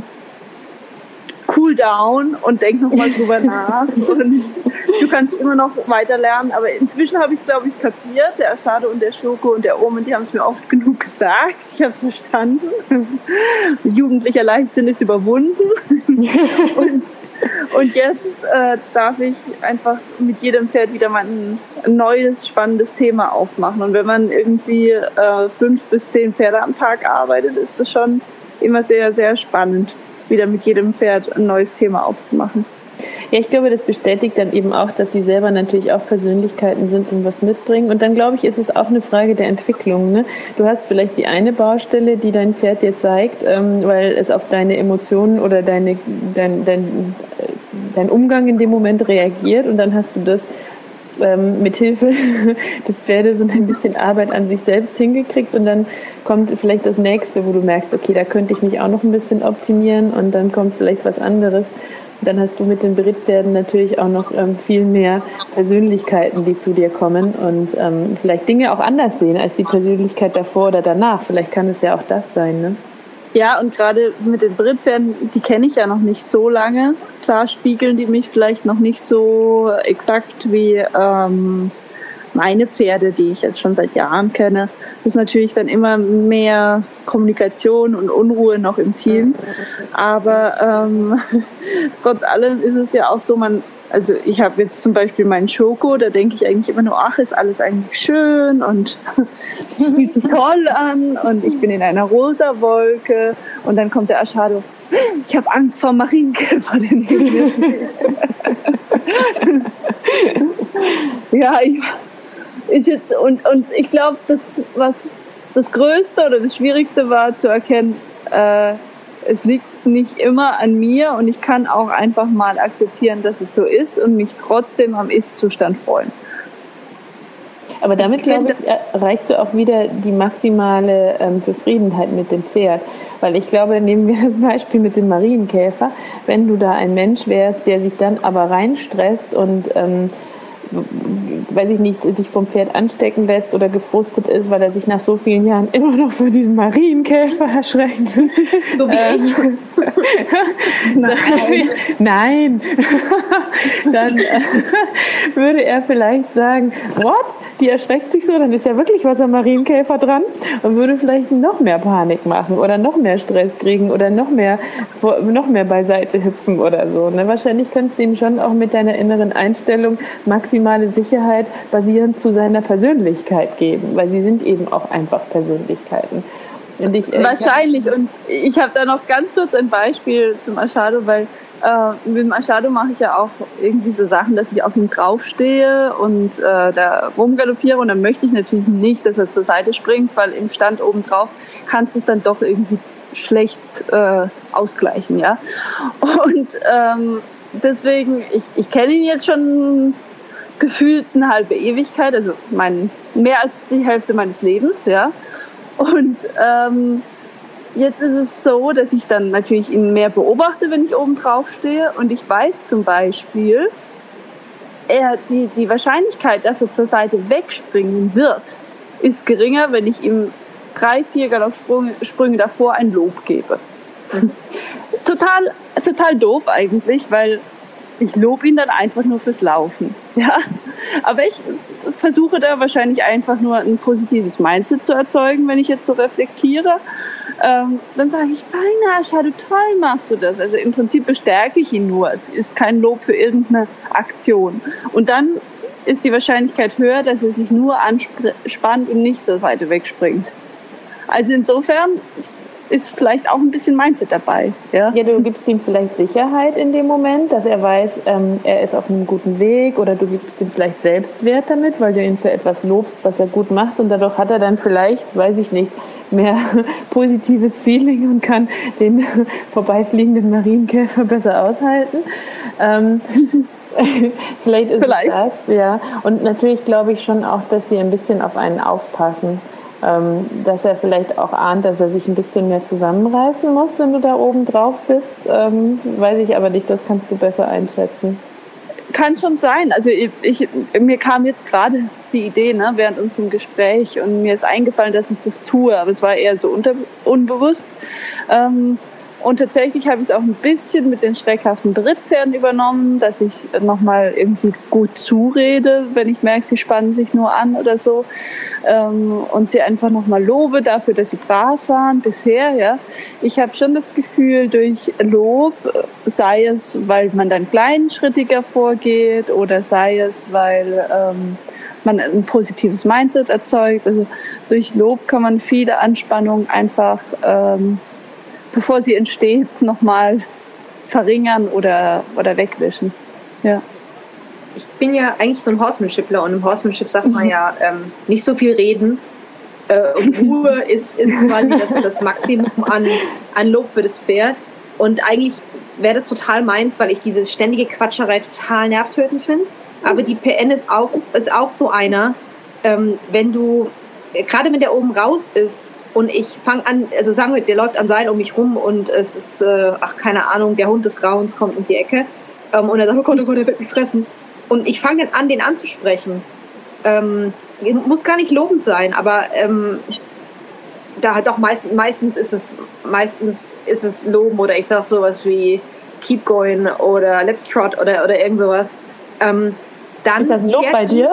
Speaker 3: cool down und denk nochmal drüber nach. Und du kannst immer noch weiter lernen, aber inzwischen habe ich es, glaube ich, kapiert. Der Ashado und der Schoko und der Omen, die haben es mir oft genug gesagt. Ich habe es verstanden. Jugendlicher Leichtsinn ist überwunden. und, und jetzt äh, darf ich einfach mit jedem Pferd wieder mal ein neues, spannendes Thema aufmachen. Und wenn man irgendwie äh, fünf bis zehn Pferde am Tag arbeitet, ist das schon immer sehr, sehr spannend, wieder mit jedem Pferd ein neues Thema aufzumachen.
Speaker 2: Ja, ich glaube, das bestätigt dann eben auch, dass sie selber natürlich auch Persönlichkeiten sind und was mitbringen. Und dann, glaube ich, ist es auch eine Frage der Entwicklung. Ne? Du hast vielleicht die eine Baustelle, die dein Pferd dir zeigt, ähm, weil es auf deine Emotionen oder deine, dein, dein, dein Umgang in dem Moment reagiert. Und dann hast du das ähm, mit Hilfe des Pferdes und ein bisschen Arbeit an sich selbst hingekriegt. Und dann kommt vielleicht das Nächste, wo du merkst, okay, da könnte ich mich auch noch ein bisschen optimieren. Und dann kommt vielleicht was anderes. Dann hast du mit den Brittpferden natürlich auch noch ähm, viel mehr Persönlichkeiten, die zu dir kommen und ähm, vielleicht Dinge auch anders sehen als die Persönlichkeit davor oder danach. Vielleicht kann es ja auch das sein, ne?
Speaker 3: Ja, und gerade mit den Brittpferden, die kenne ich ja noch nicht so lange. Klar spiegeln die mich vielleicht noch nicht so exakt wie ähm, meine Pferde, die ich jetzt schon seit Jahren kenne. Das ist natürlich dann immer mehr Kommunikation und Unruhe noch im Team. Aber ähm, trotz allem ist es ja auch so, man, also ich habe jetzt zum Beispiel meinen Schoko, da denke ich eigentlich immer nur, ach, ist alles eigentlich schön und es fühlt sich toll an und ich bin in einer rosa Wolke und dann kommt der Aschado, ich habe Angst vor Marienkäfer. Ja, ich, ist jetzt und, und ich glaube, das, was das Größte oder das Schwierigste war zu erkennen, äh, es liegt nicht immer an mir und ich kann auch einfach mal akzeptieren, dass es so ist und mich trotzdem am Ist-Zustand freuen.
Speaker 2: Aber damit, glaube ich, erreichst du auch wieder die maximale ähm, Zufriedenheit mit dem Pferd. Weil ich glaube, nehmen wir das Beispiel mit dem Marienkäfer, wenn du da ein Mensch wärst, der sich dann aber reinstresst und ähm, weiß ich nicht, sich vom Pferd anstecken lässt oder gefrustet ist, weil er sich nach so vielen Jahren immer noch vor diesem Marienkäfer erschreckt. So wie ähm, ich. Nein. Nein. Dann äh, würde er vielleicht sagen, what? Die erschreckt sich so, dann ist ja wirklich was am Marienkäfer dran und würde vielleicht noch mehr Panik machen oder noch mehr Stress kriegen oder noch mehr, noch mehr beiseite hüpfen oder so. Ne? Wahrscheinlich kannst du ihm schon auch mit deiner inneren Einstellung maximale Sicherheit basierend zu seiner Persönlichkeit geben, weil sie sind eben auch einfach Persönlichkeiten. Und ich, äh,
Speaker 3: Wahrscheinlich. Und ich habe da noch ganz kurz ein Beispiel zum Aschado, weil äh, mit dem Aschado mache ich ja auch irgendwie so Sachen, dass ich auf ihm draufstehe und äh, da rumgaloppiere und dann möchte ich natürlich nicht, dass er zur Seite springt, weil im Stand oben drauf kannst du es dann doch irgendwie schlecht äh, ausgleichen, ja. Und ähm, deswegen, ich, ich kenne ihn jetzt schon gefühlt eine halbe Ewigkeit, also mein, mehr als die Hälfte meines Lebens, ja. Und ähm, jetzt ist es so, dass ich dann natürlich ihn mehr beobachte, wenn ich oben drauf stehe. Und ich weiß zum Beispiel, er, die, die Wahrscheinlichkeit, dass er zur Seite wegspringen wird, ist geringer, wenn ich ihm drei, vier Galoppsprünge davor ein Lob gebe. total, total doof eigentlich, weil ich lobe ihn dann einfach nur fürs Laufen. Ja? Aber ich versuche da wahrscheinlich einfach nur ein positives Mindset zu erzeugen, wenn ich jetzt so reflektiere. Ähm, dann sage ich, feiner, schade, toll machst du das. Also im Prinzip bestärke ich ihn nur. Es ist kein Lob für irgendeine Aktion. Und dann ist die Wahrscheinlichkeit höher, dass er sich nur anspannt und nicht zur Seite wegspringt. Also insofern ist vielleicht auch ein bisschen Mindset dabei. Ja,
Speaker 2: ja, du gibst ihm vielleicht Sicherheit in dem Moment, dass er weiß, ähm, er ist auf einem guten Weg, oder du gibst ihm vielleicht Selbstwert damit, weil du ihn für etwas lobst, was er gut macht, und dadurch hat er dann vielleicht, weiß ich nicht, mehr positives Feeling und kann den vorbeifliegenden Marienkäfer besser aushalten. Ähm, vielleicht ist vielleicht. es das, ja. Und natürlich glaube ich schon auch, dass sie ein bisschen auf einen aufpassen. Ähm, dass er vielleicht auch ahnt, dass er sich ein bisschen mehr zusammenreißen muss, wenn du da oben drauf sitzt. Ähm, weiß ich aber nicht, das kannst du besser einschätzen.
Speaker 3: Kann schon sein. Also ich, ich, mir kam jetzt gerade die Idee, ne, während unserem Gespräch, und mir ist eingefallen, dass ich das tue, aber es war eher so unter, unbewusst. Ähm, Und tatsächlich habe ich es auch ein bisschen mit den schreckhaften Brittpferden übernommen, dass ich nochmal irgendwie gut zurede, wenn ich merke, sie spannen sich nur an oder so. Und sie einfach nochmal lobe dafür, dass sie brav waren bisher. Ja. Ich habe schon das Gefühl, durch Lob, sei es, weil man dann kleinschrittiger vorgeht oder sei es, weil ähm, man ein positives Mindset erzeugt. Also durch Lob kann man viele Anspannungen einfach ähm, bevor sie entsteht, nochmal verringern oder, oder wegwischen. Ja.
Speaker 4: Ich bin ja eigentlich so ein Horsemanshipler, und im Horsemanship sagt man ja, ähm, nicht so viel reden. Äh, und Ruhe ist, ist quasi das, das Maximum an, an Lob für das Pferd. Und eigentlich wäre das total meins, weil ich diese ständige Quatscherei total nervtötend finde. Aber die P N ist auch, ist auch so einer, ähm, wenn du, gerade wenn der oben raus ist, und ich fange an, also sagen wir, der läuft am Seil um mich rum und es ist, äh, ach keine Ahnung, der Hund des Grauens kommt um die Ecke ähm, und er sagt, oh Gott, oh Gott, der wird mich fressen. Und ich fange dann an, den anzusprechen. Ähm, muss gar nicht lobend sein, aber ähm, da halt auch meist, meistens ist es meistens ist es loben oder ich sage sowas wie keep going oder let's trot oder, oder irgend sowas. Ähm, dann
Speaker 2: ist das ein Lob bei dir?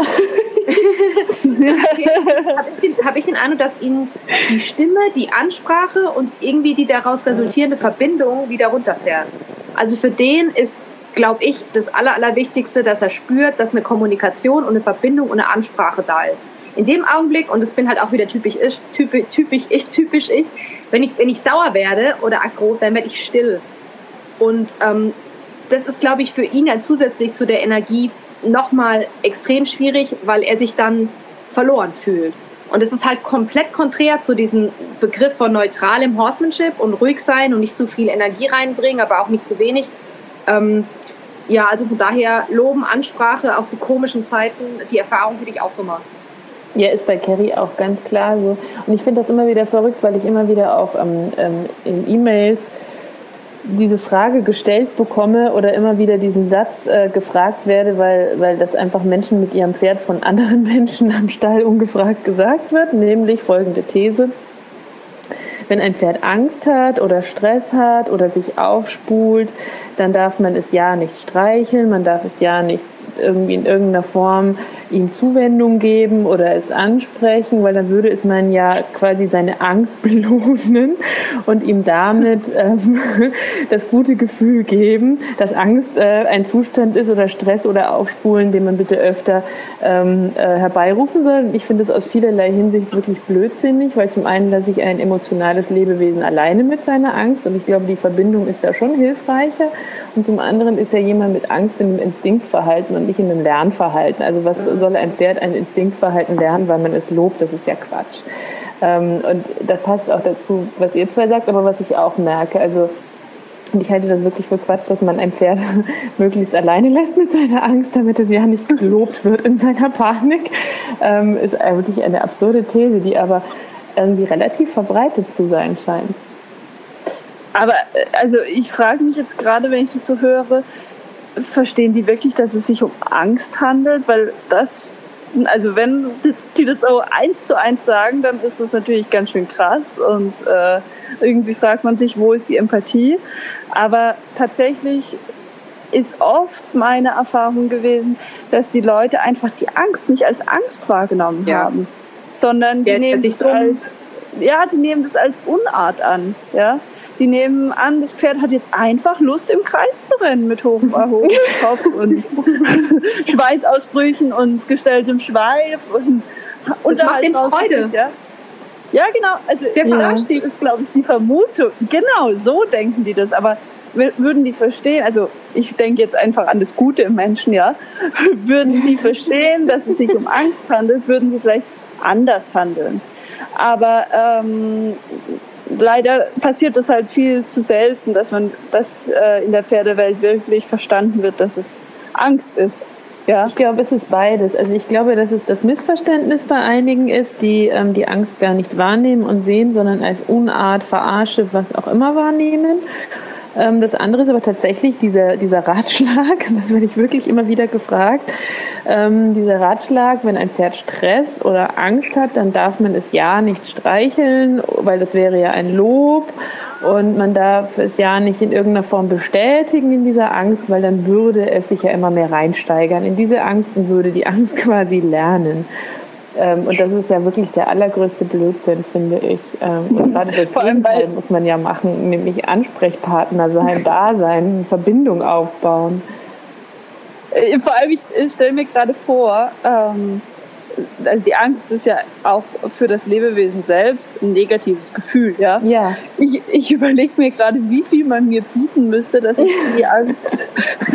Speaker 4: habe ich, hab ich den Eindruck, dass ihnen die Stimme, die Ansprache und irgendwie die daraus resultierende Verbindung wieder runterfährt. Also für den ist, glaube ich, das Aller, Allerwichtigste, dass er spürt, dass eine Kommunikation und eine Verbindung und eine Ansprache da ist. In dem Augenblick, und das bin halt auch wieder typisch ich, typisch, typisch ich, typisch ich, wenn ich, wenn ich sauer werde oder aggro, dann werde ich still. Und ähm, das ist, glaube ich, für ihn dann zusätzlich zu der Energie nochmal extrem schwierig, weil er sich dann verloren fühlt. Und es ist halt komplett konträr zu diesem Begriff von neutralem Horsemanship und ruhig sein und nicht zu viel Energie reinbringen, aber auch nicht zu wenig. Ähm, ja, also von daher Loben, Ansprache, auch zu komischen Zeiten, die Erfahrung hätte ich auch gemacht.
Speaker 2: Ja, ist bei Carrie auch ganz klar so. Und ich finde das immer wieder verrückt, weil ich immer wieder auch ähm, ähm, in E-Mails diese Frage gestellt bekomme oder immer wieder diesen Satz äh, gefragt werde, weil, weil das einfach Menschen mit ihrem Pferd von anderen Menschen am Stall ungefragt gesagt wird, nämlich folgende These. Wenn ein Pferd Angst hat oder Stress hat oder sich aufspult, dann darf man es ja nicht streicheln, man darf es ja nicht irgendwie in irgendeiner Form ihm Zuwendung geben oder es ansprechen, weil dann würde es man ja quasi seine Angst belohnen und ihm damit ähm, das gute Gefühl geben, dass Angst äh, ein Zustand ist oder Stress oder Aufspulen, den man bitte öfter ähm, äh, herbeirufen soll. Und ich finde es aus vielerlei Hinsicht wirklich blödsinnig, weil zum einen lasse ich ein emotionales Lebewesen alleine mit seiner Angst und ich glaube, die Verbindung ist da schon hilfreicher. Und zum anderen ist ja jemand mit Angst in einem Instinktverhalten und nicht in einem Lernverhalten. Also was soll ein Pferd ein Instinktverhalten lernen, weil man es lobt? Das ist ja Quatsch. Ähm, und das passt auch dazu, was ihr zwei sagt, aber was ich auch merke. Also und ich halte das wirklich für Quatsch, dass man ein Pferd möglichst alleine lässt mit seiner Angst, damit es ja nicht gelobt wird in seiner Panik. Ähm, ist wirklich eine absurde These, die aber irgendwie relativ verbreitet zu sein scheint.
Speaker 3: Aber also ich frage mich jetzt gerade, wenn ich das so höre, verstehen die wirklich, dass es sich um Angst handelt? Weil das, also wenn die das so eins zu eins sagen, dann ist das natürlich ganz schön krass und äh, irgendwie fragt man sich, wo ist die Empathie? Aber tatsächlich ist oft meine Erfahrung gewesen, dass die Leute einfach die Angst nicht als Angst wahrgenommen ja. haben, sondern die ja, nehmen das als, ja, die nehmen das als Unart an, ja. Die nehmen an, das Pferd hat jetzt einfach Lust, im Kreis zu rennen mit hohem erhobenem Kopf und Schweißausbrüchen und gestelltem Schweif. Und, und
Speaker 4: das macht denen Freude.
Speaker 3: Ja. ja, genau. Also das ist, glaube ich, die Vermutung. Genau, so denken die das. Aber würden die verstehen, also ich denke jetzt einfach an das Gute im Menschen, ja, würden die verstehen, dass es sich um Angst handelt, würden sie vielleicht anders handeln. Aber ähm, leider passiert es halt viel zu selten, dass man das äh, in der Pferdewelt wirklich verstanden wird, dass es Angst ist. Ja.
Speaker 2: Ich glaube, es ist beides. Also ich glaube, dass es das Missverständnis bei einigen ist, die ähm, die Angst gar nicht wahrnehmen und sehen, sondern als Unart, Verarsche, was auch immer wahrnehmen. Ähm, das andere ist aber tatsächlich dieser, dieser Ratschlag, das werde ich wirklich immer wieder gefragt, ähm, dieser Ratschlag, wenn ein Pferd Stress oder Angst hat, dann darf man es ja nicht streicheln, weil das wäre ja ein Lob und man darf es ja nicht in irgendeiner Form bestätigen in dieser Angst, weil dann würde es sich ja immer mehr reinsteigern in diese Angst und würde die Angst quasi lernen. Ähm, und das ist ja wirklich der allergrößte Blödsinn, finde ich. Ähm, und gerade das Gegenteil muss man ja machen, nämlich Ansprechpartner sein, da sein, Verbindung aufbauen.
Speaker 3: Vor allem, ich, ich stelle mir gerade vor, ähm, also die Angst ist ja auch für das Lebewesen selbst ein negatives Gefühl, ja.
Speaker 2: Ja.
Speaker 3: Ich, ich überlege mir gerade, wie viel man mir bieten müsste, dass ich die Angst,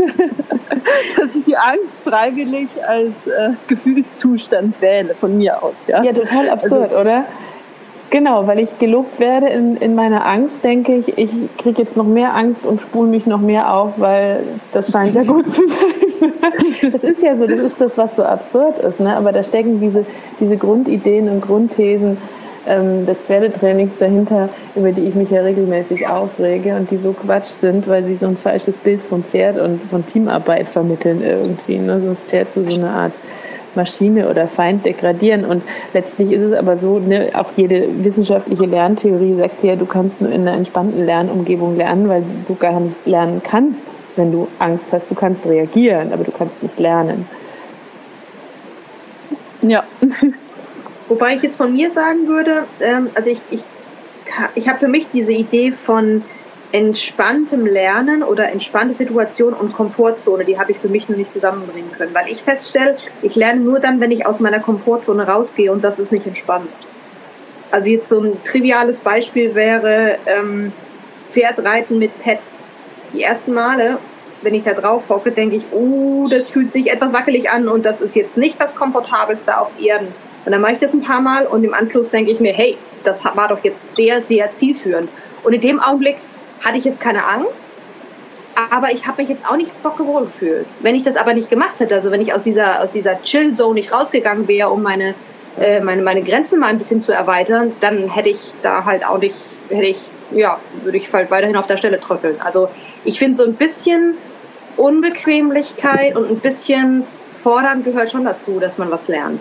Speaker 3: dass ich die Angst freiwillig als äh, Gefühlszustand wähle, von mir aus, ja.
Speaker 2: Ja, total absurd, also, oder? Genau, weil ich gelobt werde in, in meiner Angst, denke ich, ich kriege jetzt noch mehr Angst und spule mich noch mehr auf, weil das scheint ja gut zu sein. Das ist ja so, das ist das, was so absurd ist, ne? Aber da stecken diese, diese Grundideen und Grundthesen ähm, des Pferdetrainings dahinter, über die ich mich ja regelmäßig aufrege und die so Quatsch sind, weil sie so ein falsches Bild vom Pferd und von Teamarbeit vermitteln irgendwie, ne? So das Pferd zu so einer Art Maschine oder Feind degradieren. Und letztlich ist es aber so, ne, auch jede wissenschaftliche Lerntheorie sagt ja, du kannst nur in einer entspannten Lernumgebung lernen, weil du gar nicht lernen kannst, wenn du Angst hast. Du kannst reagieren, aber du kannst nicht lernen.
Speaker 3: Ja.
Speaker 4: Wobei ich jetzt von mir sagen würde, ähm, also ich, ich, ich habe für mich diese Idee von entspanntem Lernen oder entspannte Situation und Komfortzone, die habe ich für mich noch nicht zusammenbringen können, weil ich feststelle, ich lerne nur dann, wenn ich aus meiner Komfortzone rausgehe und das ist nicht entspannt. Also jetzt so ein triviales Beispiel wäre ähm, Pferdreiten mit Pet. Die ersten Male, wenn ich da drauf hocke, denke ich, oh, das fühlt sich etwas wackelig an und das ist jetzt nicht das Komfortabelste auf Erden. Und dann mache ich das ein paar Mal und im Anschluss denke ich mir, hey, das war doch jetzt sehr, sehr zielführend. Und in dem Augenblick hatte ich jetzt keine Angst, aber ich habe mich jetzt auch nicht bockewohl gefühlt. Wenn ich das aber nicht gemacht hätte, also wenn ich aus dieser, aus dieser Chill-Zone nicht rausgegangen wäre, um meine, äh, meine, meine Grenzen mal ein bisschen zu erweitern, dann hätte ich da halt auch nicht, hätte ich, ja, würde ich halt weiterhin auf der Stelle tröpfeln. Also ich finde so ein bisschen Unbequemlichkeit und ein bisschen Fordern gehört schon dazu, dass man was lernt.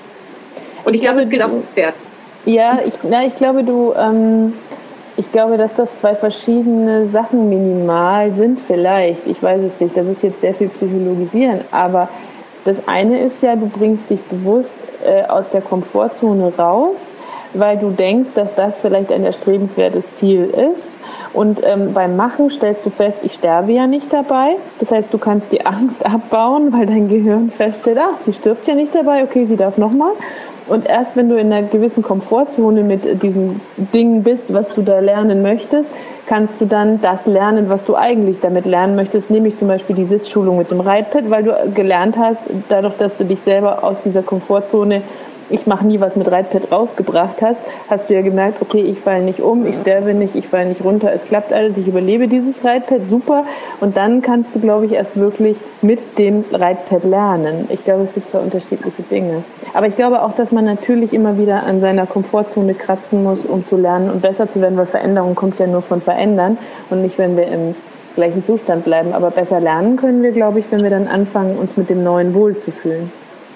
Speaker 4: Und ich, ich glaube, es gilt auch für Pferd.
Speaker 2: Ja, ich, na, ich glaube, du... Ähm Ich glaube, dass das zwei verschiedene Sachen minimal sind vielleicht. Ich weiß es nicht, das ist jetzt sehr viel Psychologisieren. Aber das eine ist ja, du bringst dich bewusst äh, aus der Komfortzone raus, weil du denkst, dass das vielleicht ein erstrebenswertes Ziel ist. Und ähm, beim Machen stellst du fest, ich sterbe ja nicht dabei. Das heißt, du kannst die Angst abbauen, weil dein Gehirn feststellt, ach, sie stirbt ja nicht dabei, okay, sie darf nochmal. Und erst wenn du in einer gewissen Komfortzone mit diesen Dingen bist, was du da lernen möchtest, kannst du dann das lernen, was du eigentlich damit lernen möchtest, nämlich zum Beispiel die Sitzschulung mit dem Reitpad, weil du gelernt hast, dadurch, dass du dich selber aus dieser Komfortzone, ich mache nie was mit Reitpad rausgebracht hast, hast du ja gemerkt, okay, ich falle nicht um, ich sterbe nicht, ich falle nicht runter, es klappt alles, ich überlebe dieses Reitpad, super. Und dann kannst du, glaube ich, erst wirklich mit dem Reitpad lernen. Ich glaube, es sind zwei unterschiedliche Dinge. Aber ich glaube auch, dass man natürlich immer wieder an seiner Komfortzone kratzen muss, um zu lernen und besser zu werden, weil Veränderung kommt ja nur von Verändern und nicht, wenn wir im gleichen Zustand bleiben. Aber besser lernen können wir, glaube ich, wenn wir dann anfangen, uns mit dem Neuen wohlzufühlen.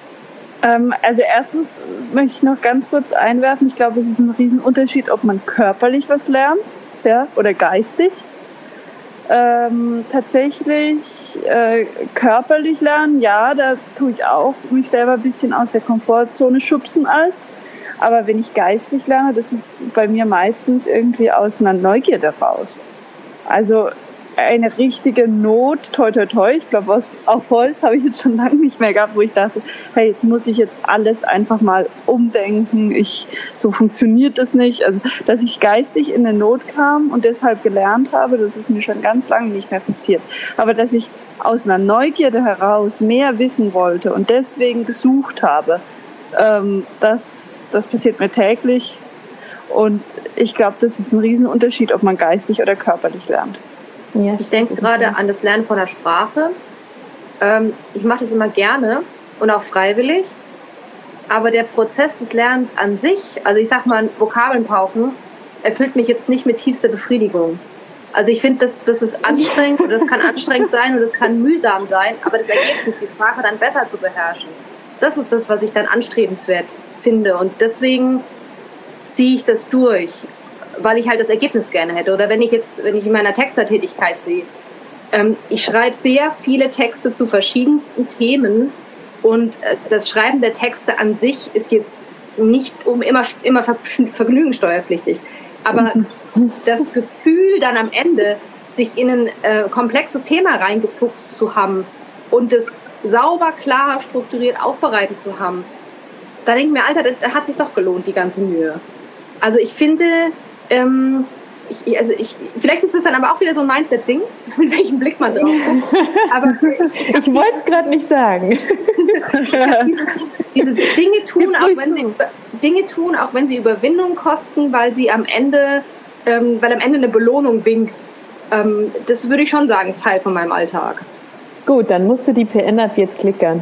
Speaker 3: Ähm, also erstens möchte ich noch ganz kurz einwerfen, ich glaube, es ist ein Riesenunterschied, ob man körperlich was lernt, ja, oder geistig. Ähm, tatsächlich äh, körperlich lernen, ja, da tue ich auch mich selber ein bisschen aus der Komfortzone schubsen als. Aber wenn ich geistig lerne, das ist bei mir meistens irgendwie aus einer Neugierde raus. Also eine richtige Not, toi toi toi, ich glaube, auf Holz habe ich jetzt schon lange nicht mehr gehabt, wo ich dachte, hey, jetzt muss ich jetzt alles einfach mal umdenken, ich, so funktioniert das nicht. Also, dass ich geistig in eine Not kam und deshalb gelernt habe, das ist mir schon ganz lange nicht mehr passiert. Aber dass ich aus einer Neugierde heraus mehr wissen wollte und deswegen gesucht habe, ähm, das, das passiert mir täglich und ich glaube, das ist ein Riesenunterschied, ob man geistig oder körperlich lernt.
Speaker 4: Ja, ich denke gerade an das Lernen von der Sprache. Ähm, ich mache das immer gerne und auch freiwillig. Aber der Prozess des Lernens an sich, also ich sag mal, Vokabeln pauken, erfüllt mich jetzt nicht mit tiefster Befriedigung. Also ich finde, das, das ist anstrengend oder das kann anstrengend sein und das kann mühsam sein, aber das Ergebnis, die Sprache dann besser zu beherrschen, das ist das, was ich dann anstrebenswert finde. Und deswegen ziehe ich das durch, weil ich halt das Ergebnis gerne hätte. Oder wenn ich jetzt, wenn ich in meiner Textertätigkeit sehe, ähm, ich schreibe sehr viele Texte zu verschiedensten Themen und äh, das Schreiben der Texte an sich ist jetzt nicht um immer, immer vergnügenssteuerpflichtig. Aber das Gefühl dann am Ende, sich in ein äh, komplexes Thema reingefuchst zu haben und es sauber, klar, strukturiert aufbereitet zu haben, da denke ich mir, Alter, da hat es sich doch gelohnt, die ganze Mühe. Also ich finde, ähm, ich, also ich, vielleicht ist es dann aber auch wieder so ein Mindset-Ding, mit welchem Blick man drauf guckt. Aber
Speaker 2: ich ich wollte es gerade nicht sagen.
Speaker 4: diese, diese Dinge tun, auch wenn sie Dinge tun, auch wenn sie Überwindung kosten, weil sie am Ende, ähm, weil am Ende eine Belohnung winkt. Ähm, das würde ich schon sagen, ist Teil von meinem Alltag.
Speaker 2: Gut, dann musst du die P N ab jetzt klickern.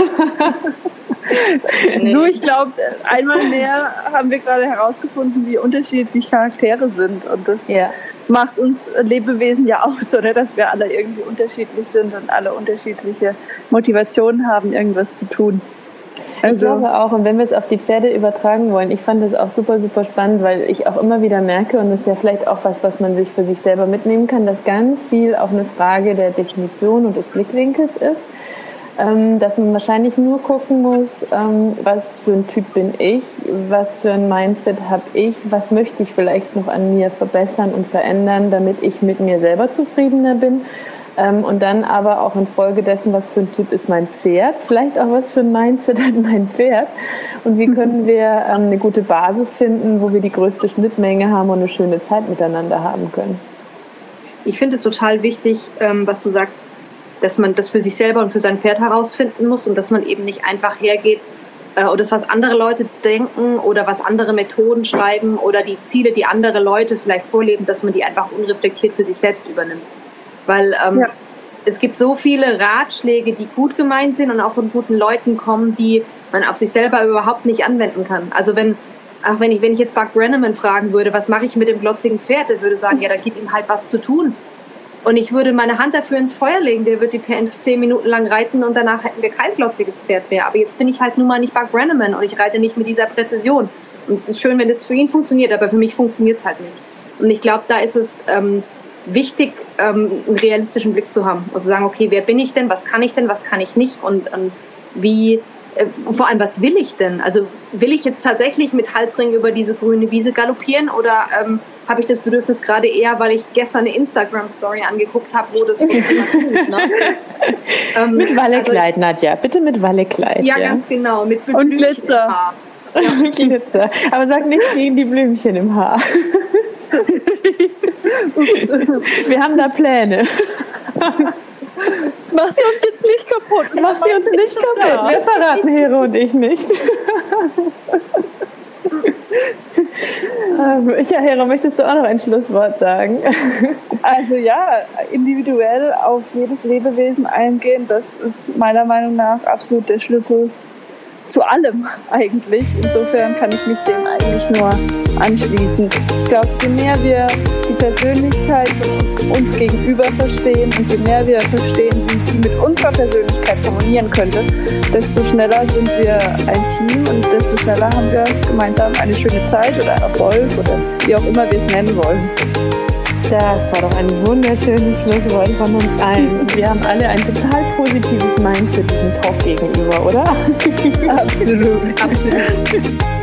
Speaker 3: Nee. Nur ich glaube, einmal mehr haben wir gerade herausgefunden, wie unterschiedlich Charaktere sind. Und das ja. macht uns Lebewesen ja aus, oder? Dass wir alle irgendwie unterschiedlich sind und alle unterschiedliche Motivationen haben, irgendwas zu tun.
Speaker 2: Also. Ich glaube auch, und wenn wir es auf die Pferde übertragen wollen, ich fand das auch super, super spannend, weil ich auch immer wieder merke, und das ist ja vielleicht auch was, was man sich für sich selber mitnehmen kann, dass ganz viel auch eine Frage der Definition und des Blickwinkels ist. Dass man wahrscheinlich nur gucken muss, was für ein Typ bin ich, was für ein Mindset habe ich, was möchte ich vielleicht noch an mir verbessern und verändern, damit ich mit mir selber zufriedener bin. Und dann aber auch infolgedessen, was für ein Typ ist mein Pferd, vielleicht auch was für ein Mindset hat mein Pferd und wie können wir eine gute Basis finden, wo wir die größte Schnittmenge haben und eine schöne Zeit miteinander haben können.
Speaker 4: Ich finde es total wichtig, was du sagst, dass man das für sich selber und für sein Pferd herausfinden muss und dass man eben nicht einfach hergeht äh, und das, was andere Leute denken oder was andere Methoden schreiben oder die Ziele, die andere Leute vielleicht vorleben, dass man die einfach unreflektiert für sich selbst übernimmt. Weil ähm, ja. es gibt so viele Ratschläge, die gut gemeint sind und auch von guten Leuten kommen, die man auf sich selber überhaupt nicht anwenden kann. Also wenn, ach, wenn, ich, wenn ich jetzt Buck Brannaman fragen würde, was mache ich mit dem glotzigen Pferd, der würde sagen, ja, da gibt ihm halt was zu tun. Und ich würde meine Hand dafür ins Feuer legen, der wird die P N zehn Minuten lang reiten und danach hätten wir kein glotziges Pferd mehr. Aber jetzt bin ich halt nun mal nicht Buck Brannaman und ich reite nicht mit dieser Präzision. Und es ist schön, wenn das für ihn funktioniert, aber für mich funktioniert es halt nicht. Und ich glaube, da ist es ähm, wichtig, ähm, einen realistischen Blick zu haben und zu sagen, okay, wer bin ich denn, was kann ich denn, was kann ich nicht und, und wie, äh, vor allem, was will ich denn? Also will ich jetzt tatsächlich mit Halsring über diese grüne Wiese galoppieren oder ähm, habe ich das Bedürfnis gerade eher, weil ich gestern eine Instagram-Story angeguckt habe, wo das funktioniert. Ne?
Speaker 2: ähm, mit Wallekleid, also, Nadja. Bitte mit Wallekleid.
Speaker 4: Ja, ja, ganz genau. Mit
Speaker 3: und Glitzer.
Speaker 4: Im Haar.
Speaker 2: Ja. Glitzer. Aber sag nicht gegen die Blümchen im Haar. Wir haben da Pläne.
Speaker 3: Mach sie uns jetzt nicht kaputt.
Speaker 2: Mach sie uns nicht kaputt. Wir verraten Hera und ich nicht. Ja, Hera, möchtest du auch noch ein Schlusswort sagen?
Speaker 3: Also ja, individuell auf jedes Lebewesen eingehen, das ist meiner Meinung nach absolut der Schlüssel zu allem eigentlich. Insofern kann ich mich dem eigentlich nur anschließen. Ich glaube, je mehr wir die Persönlichkeit uns gegenüber verstehen und je mehr wir verstehen, wie sie mit unserer Persönlichkeit harmonieren könnte, desto schneller sind wir ein Team und desto schneller haben wir gemeinsam eine schöne Zeit oder Erfolg oder wie auch immer wir es nennen wollen.
Speaker 2: Das war doch ein wunderschönes Schlusswort von uns allen. Wir haben alle ein total positives Mindset diesem Talk gegenüber, oder?
Speaker 3: Absolut, absolut.